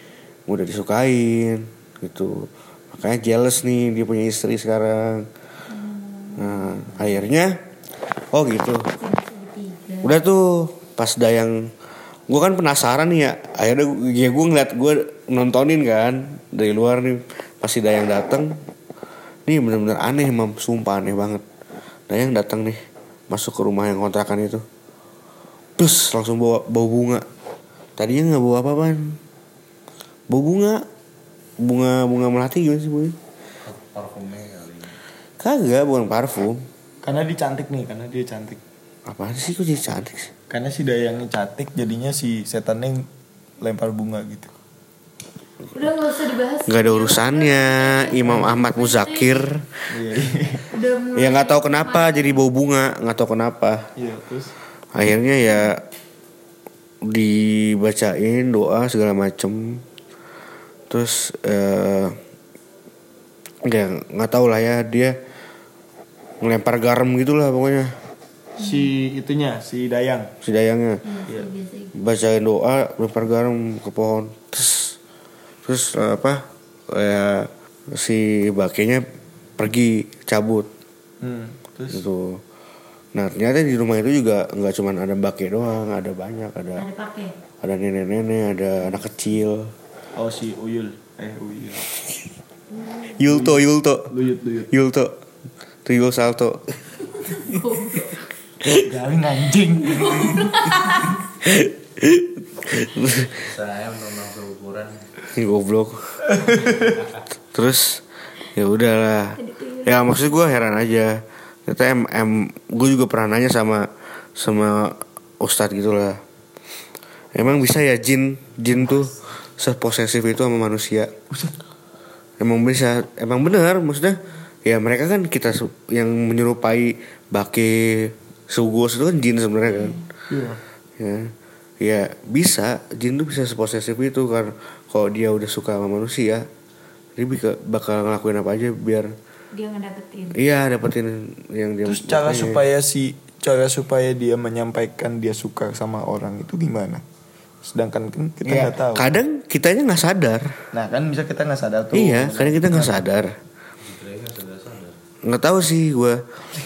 disukain gitu. Makanya jealous nih dia punya istri sekarang. Nah, akhirnya gitu. Udah tuh pas Dayang, gue kan penasaran nih ya. Akhirnya gue ngeliat, gue nontonin kan dari luar nih. Pas si Dayang datang, nih bener-bener aneh mam, sumpah aneh banget. Dayang datang nih, masuk ke rumah yang kontrakan itu. Terus langsung bau bunga. Tadinya nggak bawa apa-apaan. Bau bunga melati gimana sih bu? Parfumnya kali. Kagak, bukan parfum. Karena dia cantik. Apaan sih kok jadi cantik sih? Karena si Dayangnya cantik, jadinya si setannya lempar bunga gitu. Udah gak usah dibahas. Gak ada urusannya. Imam Ahmad Muzakir. Udah mulai. Ya nggak tahu kenapa jadi bau bunga, nggak tahu kenapa. Iya, terus Akhirnya ya dibacain doa segala macem. Terus nggak tahu lah ya, dia ngelempar garam gitulah pokoknya. si Dayang. Si Dayangnya Iya. bacain doa, lempar garam ke pohon. Terus si bakenya pergi cabut Terus gitu. Nah ternyata di rumah itu juga nggak cuma ada bake doang, ada banyak, Ada pakai. ada nenek-nenek, ada anak kecil. oh si Uyul. Yulto Luyut. Trio Salto. Galing anjing. Saya menonton berukuran. Goblok. Terus ya udahlah. Ya maksud gue heran aja. Ternyata gue juga pernah nanya sama ustadz gitulah. Emang bisa ya jin tuh seposesif itu sama manusia? Emang bisa, emang benar maksudnya. Ya mereka kan kita yang menyerupai bake sugos itu kan jin sebenarnya kan. Iya. Ya. Ya bisa, jin tuh bisa seposesif itu kan. Kalau dia udah suka sama manusia, dia bakal ngelakuin apa aja biar Dia ngedapetin. iya dapetin yang dia. Terus cara makanya. supaya dia menyampaikan dia suka sama orang itu gimana? Sedangkan kan kita Ya, nggak tahu. kadang kitanya nggak sadar. Nah kan bisa kita nggak sadar tuh. Iya, kadang kita nggak sadar. Nggak tahu sih gue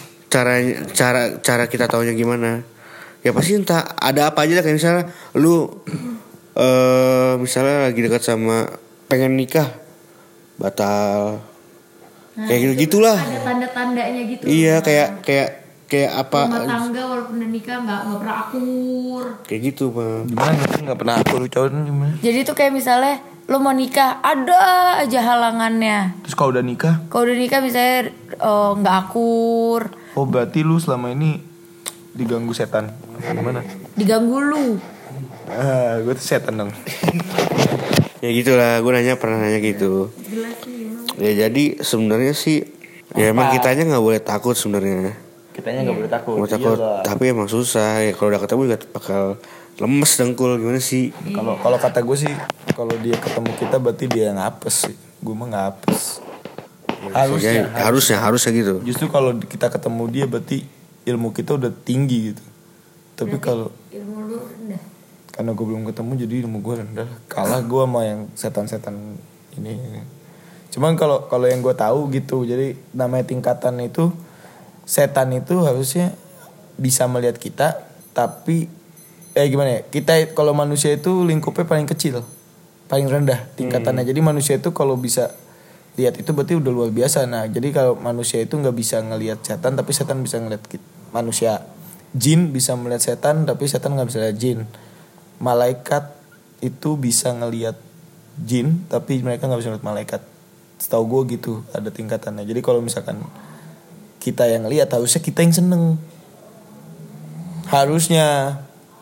cara kita taunya gimana. Ya pasti entah ada apa aja lah, kayak misalnya lu misalnya lagi dekat sama pengen nikah batal. Kayak gitu gitulah. Ada tanda-tandanya gitu. Iya, Nah, kayak apa rumah tangga walaupun udah nikah nggak pernah akur. kayak gitu, Bang. Gimana nggak pernah aku cowok gimana? Jadi tuh kayak misalnya lo mau nikah ada aja halangannya. Terus kalau udah nikah, Kalau udah nikah misalnya nggak akur, oh berarti lu selama ini diganggu setan. Gimana? diganggu lu. Ah, gue tuh setan dong. Ya gitulah, gue pernah nanya gitu. Ya jadi sebenarnya sih ya emang kitanya nggak boleh takut sebenarnya. Kitanya nggak boleh takut. Mau takut, Iyalah. tapi emang susah ya. Kalau udah ketemu juga bakal lemes dengkul gimana sih? Kalau kata gue sih, kalau dia ketemu kita berarti dia ngapes sih. Gue mah ngapes. Harusnya gitu. Justru kalau kita ketemu dia berarti ilmu kita udah tinggi gitu. Tapi kalau Ilmu lu rendah. karena gue belum ketemu jadi ilmu gue rendah. Kalah gue sama yang setan-setan ini. Cuman kalau yang gue tahu gitu, jadi namanya tingkatan itu, setan itu harusnya bisa melihat kita, tapi gimana ya? Kita kalau manusia itu lingkupnya paling kecil, paling rendah tingkatannya. Jadi manusia itu kalau bisa lihat itu berarti udah luar biasa. Nah, jadi kalau manusia itu nggak bisa ngelihat setan, tapi setan bisa ngelihat manusia. Jin bisa melihat setan, tapi setan nggak bisa lihat jin. Malaikat itu bisa ngelihat jin, tapi mereka nggak bisa ngelihat malaikat. Setahu gue gitu, ada tingkatannya. Jadi kalau misalkan kita yang lihat, harusnya kita yang seneng. Harusnya.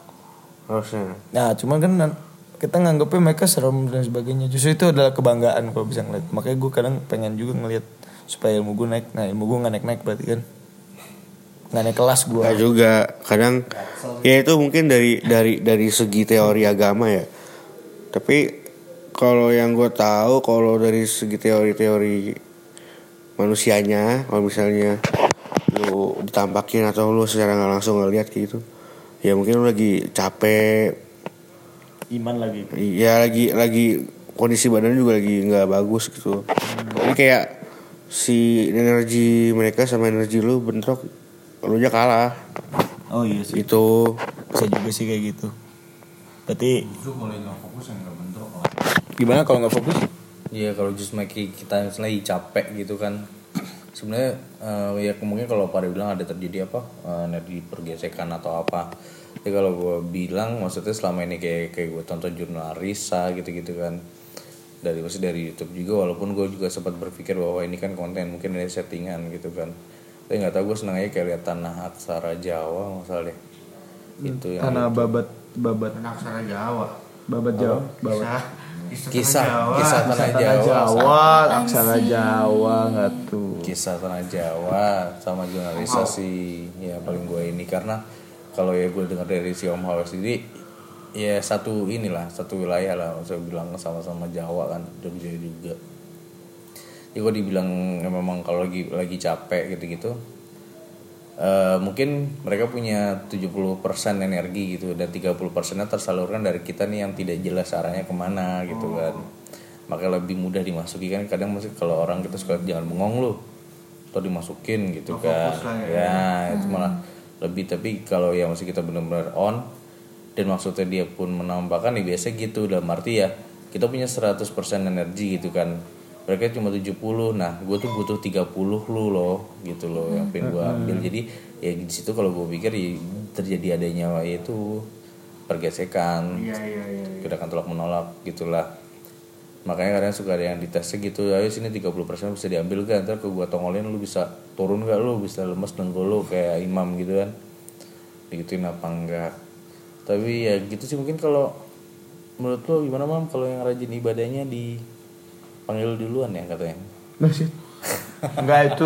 Nah, cuman kan kita nganggapnya mereka serem dan sebagainya. Justru itu adalah kebanggaan kalau bisa ngeliat. Makanya gue kadang pengen juga ngeliat supaya ilmu gue naik. Nah, ilmu gue nggak naik berarti kan nggak naik kelas gue. Nah juga kadang ya itu mungkin dari segi teori agama ya. Tapi kalau yang gue tahu, kalau dari segi teori manusianya, kalau misalnya lu ditampakin atau lu secara nggak langsung ngeliat gitu, ya mungkin lu lagi capek, Iman lagi. ya lagi kondisi badan juga lagi nggak bagus gitu. Jadi kayak si energi mereka sama energi lu bentrok, lu aja kalah. Oh iya sih. Itu Bisa juga sih kayak gitu. Berarti Justru kalau yang nggak fokus yang nggak bentrok lah. gimana kalau nggak fokus? Iya, kalau justru kita lagi capek gitu kan, sebenarnya ya kemungkinan kalau pada bilang ada terjadi apa energi pergesekan atau apa. Jadi kalau gue bilang maksudnya selama ini kayak gue tonton jurnal Risa gitu-gitu kan, dari YouTube juga, walaupun gue juga sempat berpikir bahwa ini kan konten mungkin dari settingan gitu kan. Tapi nggak tahu, gue senang aja kayak lihat tanah aksara Jawa masalah deh. Itu yang Karena babat aksara Jawa. babat Jawa. Babat. kisah tanah Jawa. Aksara Jawa nggak tuh. Kisah tanah Jawa sama jurnalis sih ya paling gue ini, karena kalau ya gue dengar dari si Om Hawa sendiri ya satu wilayah lah, saya bilang sama-sama Jawa kan, Jogja juga. Ya gue dibilang ya memang kalau lagi capek gitu-gitu, mungkin mereka punya 70% energi gitu, dan 30%-nya tersalurkan dari kita nih yang tidak jelas arahnya kemana gitu kan. Makanya lebih mudah dimasuki kan. Kadang masih kalau orang kita suka jangan bengong lu atau dimasukin gitu kan ya itu malah lebih. Tapi kalau yang masih kita benar-benar on dan maksudnya dia pun menambahkan ya biasa gitu, dalam arti ya kita punya 100% energi gitu kan, mereka cuma 70. Nah gue tuh butuh 30 lu loh gitu loh yang pengen gue ambil. Jadi ya di situ kalau gue pikir ya, terjadi adanya itu pergesekan, gerakan tolak menolak gitulah. Makanya kadang suka ada yang ditesnya gitu, ayo sini 30% bisa diambil gak, ntar ke gue tongolin lu bisa turun gak, lu bisa lemes dengkul lu kayak imam gitu kan, digituin apa enggak. Tapi ya gitu sih mungkin. Kalau menurut lu gimana Mam, kalau yang rajin ibadahnya dipanggil duluan ya katanya? Enggak,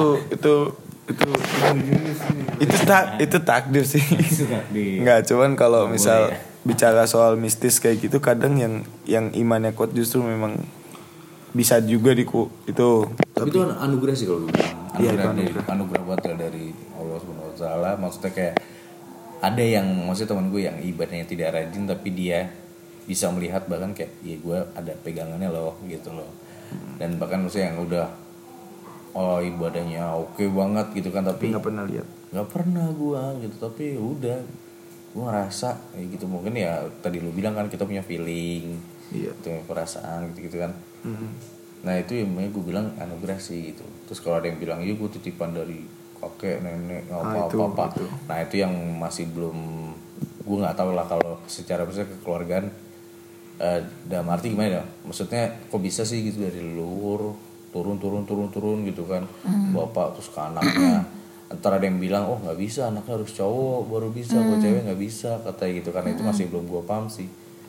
itu takdir sih. Enggak, cuman kalau misal bicara soal mistis kayak gitu, kadang yang imannya kuat justru memang bisa juga itu. Tapi itu anugerah sih kalau gue bilang. Iya, Anugerah buat dari Allah Subhanahu wa taala. Maksudnya kayak ada yang maksudnya teman gue yang ibadahnya tidak rajin tapi dia bisa melihat bahkan kayak ya gue ada pegangannya loh gitu loh. Dan bahkan maksudnya yang udah ibadahnya oke banget gitu kan tapi nggak pernah lihat. Nggak pernah gue gitu tapi udah gue ngerasa kayak gitu. Mungkin ya tadi lu bilang kan kita punya feeling, Iya. punya perasaan gitu kan. Nah itu yang gue bilang anugerah sih gitu. Terus kalau ada yang bilang iya gue titipan dari kakek nenek apa. Itu. Nah itu yang masih belum, gue nggak tahu lah kalau secara misalnya kekeluargaan dalam arti gimana ya? Maksudnya kok bisa sih gitu dari leluhur turun gitu kan, bapak terus ke anaknya. Antara ada yang bilang oh nggak bisa anaknya harus cowok baru bisa, kalau cewek nggak bisa katanya gitu kan. Itu masih belum gue paham sih.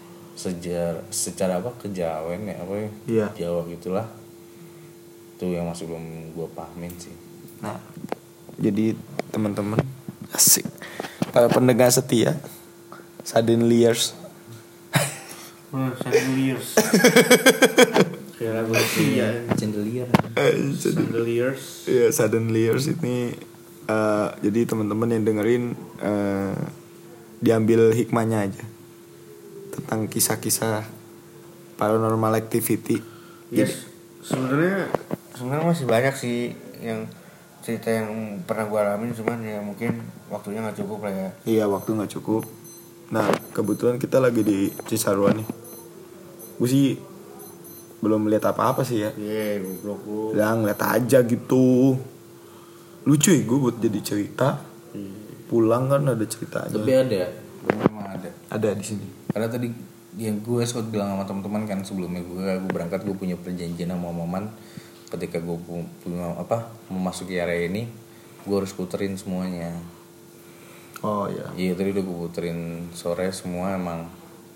Secara apa kejawen ya apa ya Iya. Jawa gitulah itu yang masih belum gue pahamin sih. Nah, jadi teman-teman asik para pendengar setia Suddenliers. Chandeliers. Kayak lagu Chandelier. Chandeliers. Ya, Suddenliers ini jadi teman-teman yang dengerin diambil hikmahnya aja tentang kisah-kisah paranormal activity. Yes. Sebenarnya masih banyak sih yang cerita yang pernah gue alamin, cuman ya mungkin waktunya nggak cukup lah ya. Iya, waktu nggak cukup. Nah, kebetulan kita lagi di Cisarua nih. Gue sih belum melihat apa-apa sih ya. Iya, goblok lu. Ya ngeliat aja gitu. Lucu ya gue buat jadi cerita. Pulang kan ada ceritanya. Tapi ada, memang ada. Ada di sini. Karena tadi yang gue sempat bilang sama teman-teman kan sebelumnya gue berangkat gue punya perjanjian sama Maman ketika gue punya memasuki area ini gue harus puterin semuanya. Oh iya. Iya tadi udah gue puterin sore semua emang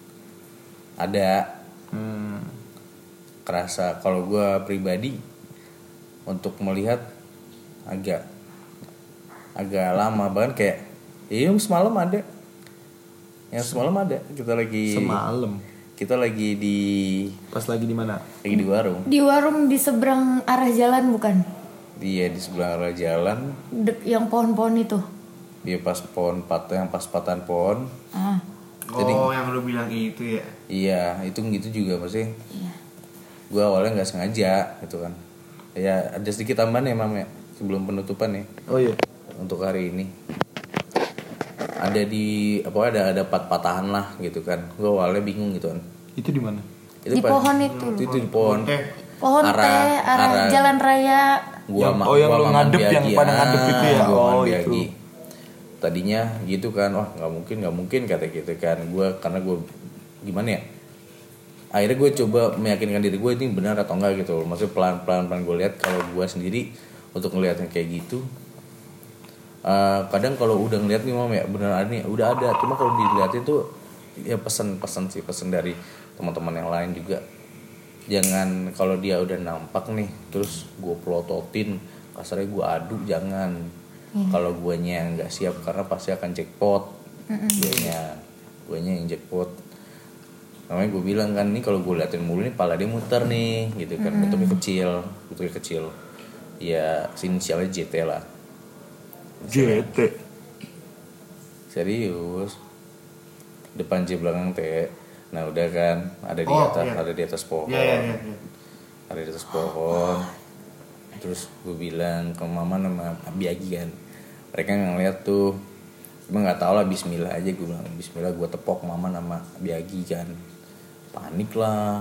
ada. Kerasa kalau gue pribadi untuk melihat agak lama bahkan kayak semalam ada. Yang semalam ada kita lagi di Pas lagi di mana? lagi di warung. Di warung di seberang arah jalan bukan? Dia di sebelah arah jalan. Yang pohon-pohon itu. Dia pas pohon yang pas patahan pohon. Jadi, yang lu bilang itu ya. Iya itu gitu juga pasti. Iya. Gue awalnya nggak sengaja gitu kan. Ya ada sedikit tambahan ya Mam ya sebelum penutupan nih. Oh iya. Untuk hari ini ada ada patahan lah gitu kan. Gue awalnya bingung gitu kan. Itu di mana? Di pohon itu. Itu di pohon. Pohon arah jalan raya. Gua yang lu Maman ngadep, yang Biagi. pada ngadep itu ya? Gua Maman Oh, Biagi. itu. Tadinya gitu kan, wah nggak mungkin kata gitu kan. Karena gue gimana ya? Akhirnya gue coba meyakinkan diri gue ini benar atau enggak gitu. Maksudnya pelan gue lihat kalau gue sendiri untuk ngelihatnya kayak gitu. Kadang kalau udah ngeliat nih Mam ya beneran nih udah ada, cuma kalau dilihatin tuh ya pesan dari teman-teman yang lain juga. Jangan kalau dia udah nampak nih terus gue pelototin, kasarnya gue adu, jangan. Kalau guanya nggak siap karena pasti akan jackpot. Guanya yang jackpot. Namanya gue bilang kan nih kalau gue liatin mulu nih pala dia muter nih gitu kan. Bentuknya kecil. Ya inisialnya JT lah. JT. Serius. Depan J belakang T. Nah udah kan ada di atas pohon. Iya. Ada di atas pohon. Terus gue bilang ke Mama sama Biagi kan. Mereka ngeliat tuh. Cuma gak tau lah, bismillah aja gue bilang. Bismillah gue tepok Mama sama Biagi kan. Panik lah.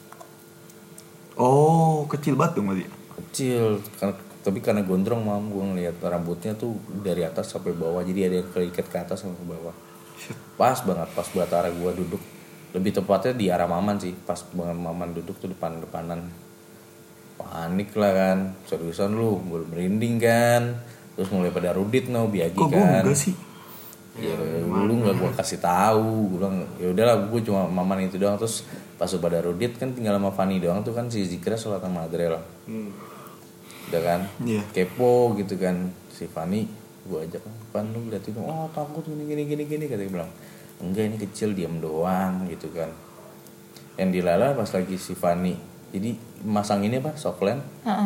Oh, kecil banget dong berarti. Kecil tapi karena gondrong Mam, gue ngeliat rambutnya tuh dari atas sampai bawah, jadi ada yang keikat ke atas sama ke bawah. Pas banget buat arah gue duduk, lebih tepatnya di arah Maman sih, pas banget Maman duduk tuh depanan. Panik lah kan, seriusan lu, merinding kan, terus mulai pada rudit Biagi Kok kan. gue enggak sih? Ya lu nggak gue kasih tahu, gue bilang ya udahlah, gue cuma Maman itu doang. Terus pas pada rudit kan tinggal sama Fanny doang tuh kan, si Zikra sholat sama Adrel. Udah kan, kepo gitu kan si Fanny, gue ajak, Fan lu lihat itu, oh takut gini katanya bilang. enggak ini kecil diam doang gitu kan. Yang di Lala pas lagi si Fanny jadi masang ini apa softland.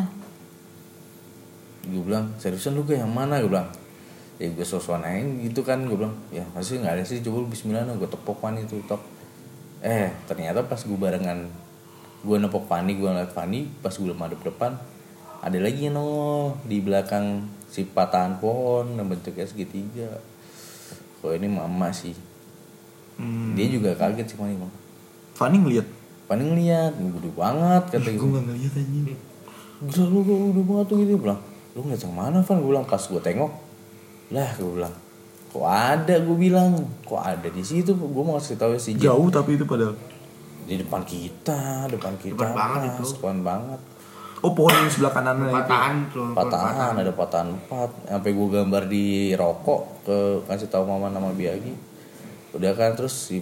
Gue bilang seriusan lu gak yang mana, gue bilang ya gue sosokan gitu kan, gue bilang ya pasti nggak ada sih, coba lu bismillah gue tepok Fanny tuh tok. Ternyata pas gue barengan gue nepok Fanny, gue ngeliat Fanny pas gue madep depan ada lagi di belakang si patahan pohon yang bentuknya segitiga. Kok ini mama sih. Dia juga kaget sih Fanny bang. Fanny ngeliat gede banget kata gue. Gue gak ngeliat anjing. Gila lu udah banget tuh gitu. Bilang lu ngeliat yang mana Van? Gue bilang pas gue tengok lah, gue bilang kok ada, gue bilang kok ada di situ. Gue mau kasih tahu si Jin. Jauh tapi itu padahal Di depan kita Depan banget itu. depan banget. oh pohon yang sebelah kanannya Patahan ada patahan 4. Sampai gue gambar di rokok ke kasih tahu mama nama Biagi. Udah kan terus si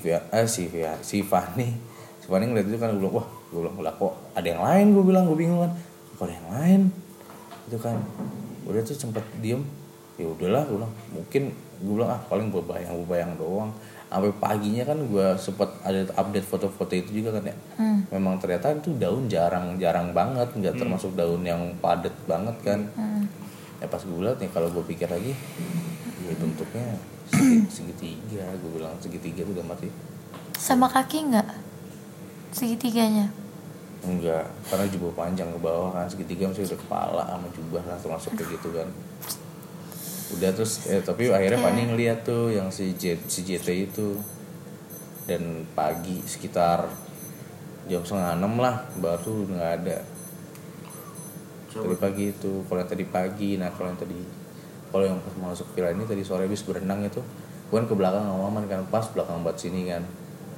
Fanny ngeliat itu kan, gue bilang lah kok ada yang lain, gue bilang, gue bingung kan kok ada yang lain itu kan. Udah tuh sempet diem, ya udahlah gue bilang mungkin, gue bilang paling berbayang doang. Sampai paginya kan gue sempet ada update foto-foto itu juga kan ya. Memang ternyata itu daun jarang banget, nggak termasuk daun yang padat banget kan. Ya pas gue liat nih, kalau gue pikir lagi ya bentuknya segitiga. Gue bilang segitiga tuh udah mati. Sama kaki nggak segitiganya? Enggak, karena jubah panjang ke bawah kan, segitiga masih udah kepala sama jubah lah termasuk kayak gitu kan. Udah terus tapi akhirnya Fanny ngeliat tuh yang si JT itu. Dan pagi sekitar jam 5:30 lah baru nggak ada. Tadi pagi itu, kalau yang tadi pagi, kalau yang pas masuk villa ini tadi sore habis berenang itu, gue kan ke belakang sama Maman kan, pas belakang buat sini kan.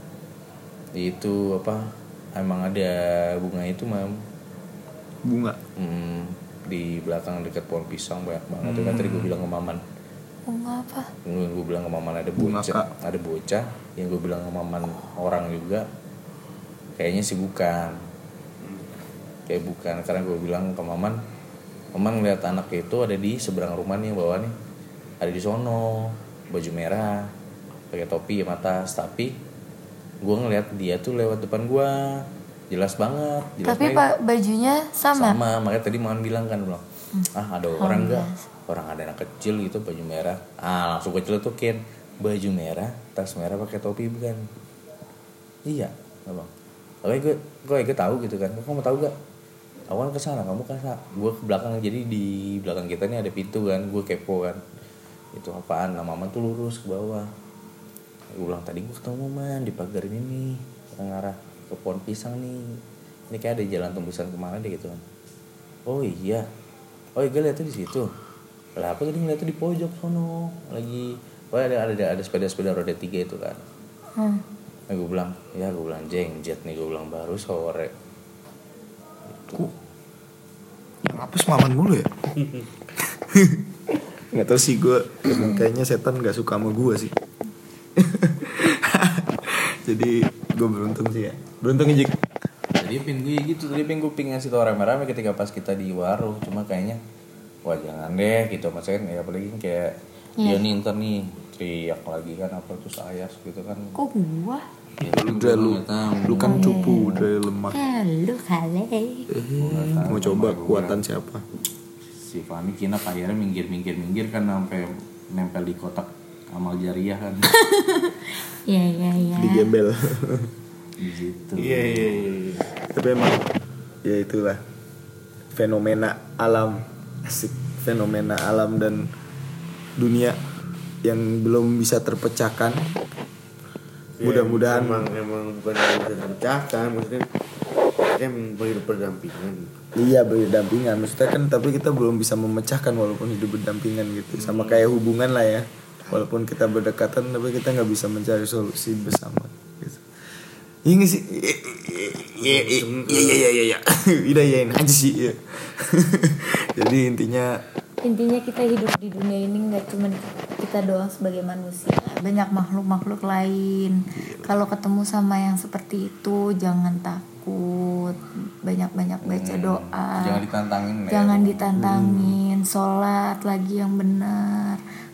Itu apa? Emang ada bunga itu bunga di belakang dekat pohon pisang banyak banget. Itu kan tadi gue bilang ke Maman. Bunga apa? Gue bilang ke Maman ada Bunga, bocah, Kak. ada bocah. Yang gue bilang ke Maman orang juga. Kayaknya sih bukan. Kayak bukan, karena gue bilang ke Maman ngeliat anak itu ada di seberang rumah nih yang bawah nih. Ada di sono, baju merah, pakai topi sama tas, tapi gue ngeliat dia tuh lewat depan gue, jelas banget. Tapi bajunya sama? Makanya tadi Maman bilang kan, ada orang nggak? Orang ada anak kecil gitu baju merah. Langsung gue celetukin, baju merah, tas merah, pakai topi bukan? Iya, bang. Tapi gue tahu gitu kan. Kamu tahu gak? Aku kan kesana, kamu kesana. Gue ke belakang, jadi di belakang kita nih ada pintu kan. Gue kepo kan. Itu apaan? Nah Maman tuh lurus ke bawah. Gue bilang tadi gue ketemu Man di pagar ini yang arah ke pohon pisang nih. Ini kayak ada jalan tembusan kemana deh gitu kan. Oh iya, gue lihat tuh di situ. Lah aku tadi ngeliat tuh di pojok sono lagi. Ada sepeda roda 3 itu kan. Nah, gue bilang jengjet nih, gue bilang baru sore. Kok yang hapus Maman mulu ya? Nggak tahu sih, gue kayaknya setan nggak suka sama gue sih. Jadi gue beruntung sih ya. Beruntung Jik. Tadi gue pingin ngasih tau rame-rame ketika pas kita di warung. Cuma kayaknya wah jangan deh gitu. Maksudnya ya apalagi kayak dia nih ntar nih teriak lagi kan apa terus ayas gitu kan. Kok gua? Ya, lu kan cupu udah lemah. Lu kali. Mau coba kuatan siapa? Si Fanny Kina akhirnya minggir kan sampai nempel di kotak amal jariah kan. Iya. Digembel. Gitu. Iya. Tapi emang ya itulah fenomena alam, asik, fenomena alam dan dunia yang belum bisa terpecahkan. Mudah-mudahan emang bukan bisa terpecahkan, maksudnya emang berdampingan. Iya, berdampingan. Maksudnya kan tapi kita belum bisa memecahkan walaupun hidup berdampingan gitu. Sama kayak hubungan lah ya. Walaupun kita berdekatan tapi kita nggak bisa mencari solusi bersama gitu. Ini sih iya. Udah yain aja sih ya. Jadi intinya kita hidup di dunia ini nggak cuma kita doang sebagai manusia, banyak makhluk lain. Kalau ketemu sama yang seperti itu jangan takut, banyak baca doa, Jangan ditantangin. Sholat lagi yang benar.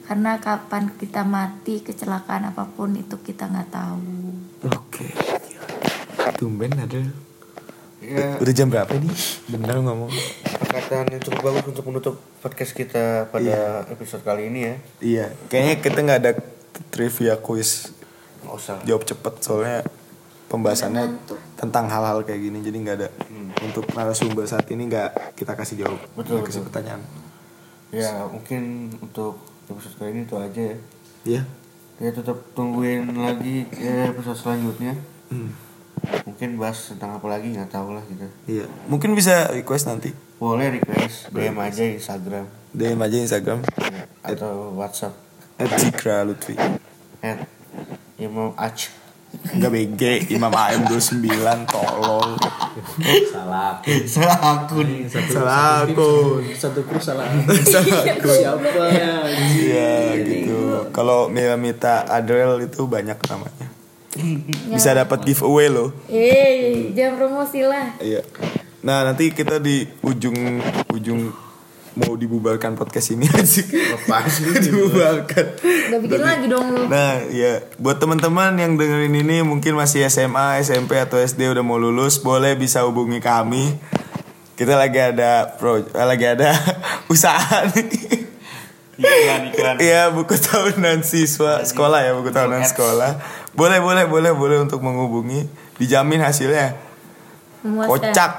Karena kapan kita mati, kecelakaan apapun itu kita nggak tahu. Oke. Tumben ada. Ya, Udah jam berapa nih? Bener ngomong. perkataan yang cukup bagus untuk menutup podcast kita pada episode kali ini ya. Iya, kayaknya kita nggak ada trivia quiz Nggak usah. jawab cepet soalnya pembahasannya tentang hal-hal kayak gini, jadi nggak ada untuk narasumber saat ini nggak kita kasih jawab, Betul, nggak kasih betul. pertanyaan. Ya mungkin untuk episode kali ini itu aja ya. Iya. Ya tetap tungguin lagi episode selanjutnya. Mungkin bahas tentang apa lagi nggak tahu lah gitu. Iya. Mungkin bisa request nanti. Boleh request DM aja Instagram DM aja Instagram atau WhatsApp @zikra_lutfi. Imam Ac. Enggak BG Imam AM 29 tolol. Salah. Salah akun. Salah akun. Satu kru salah. Salah akun. Siapa ya? Iya gitu. Kalau Milamita Adrel itu banyak namanya. Bisa dapat giveaway loh. Jangan promosi lah. Iya. Nah, nanti kita di ujung mau dibubarkan podcast ini aja. Apa sih? Dibubarkan. Udah bikin lagi dong lu. Nah, ya buat teman-teman yang dengerin ini mungkin masih SMA, SMP atau SD udah mau lulus, boleh bisa hubungi kami. Kita lagi ada usaha nih. Iklan. Iya, buku tahunan siswa sekolah ya, buku tahunan sekolah. Boleh untuk menghubungi, dijamin hasilnya Memuaskan. kocak.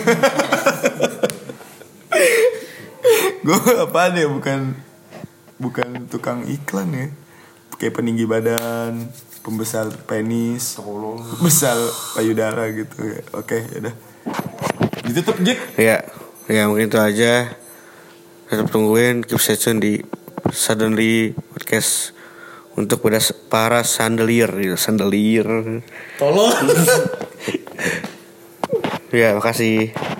Gue apa deh, bukan tukang iklan ya, kayak peninggi badan, pembesar penis, pembesar payudara gitu ya. Oke, yaudah ditutup Jik. Ya mungkin itu aja. Tetap tungguin, keep stay tune di Suddenly Podcast untuk para sandelier. Tolong. Ya makasih.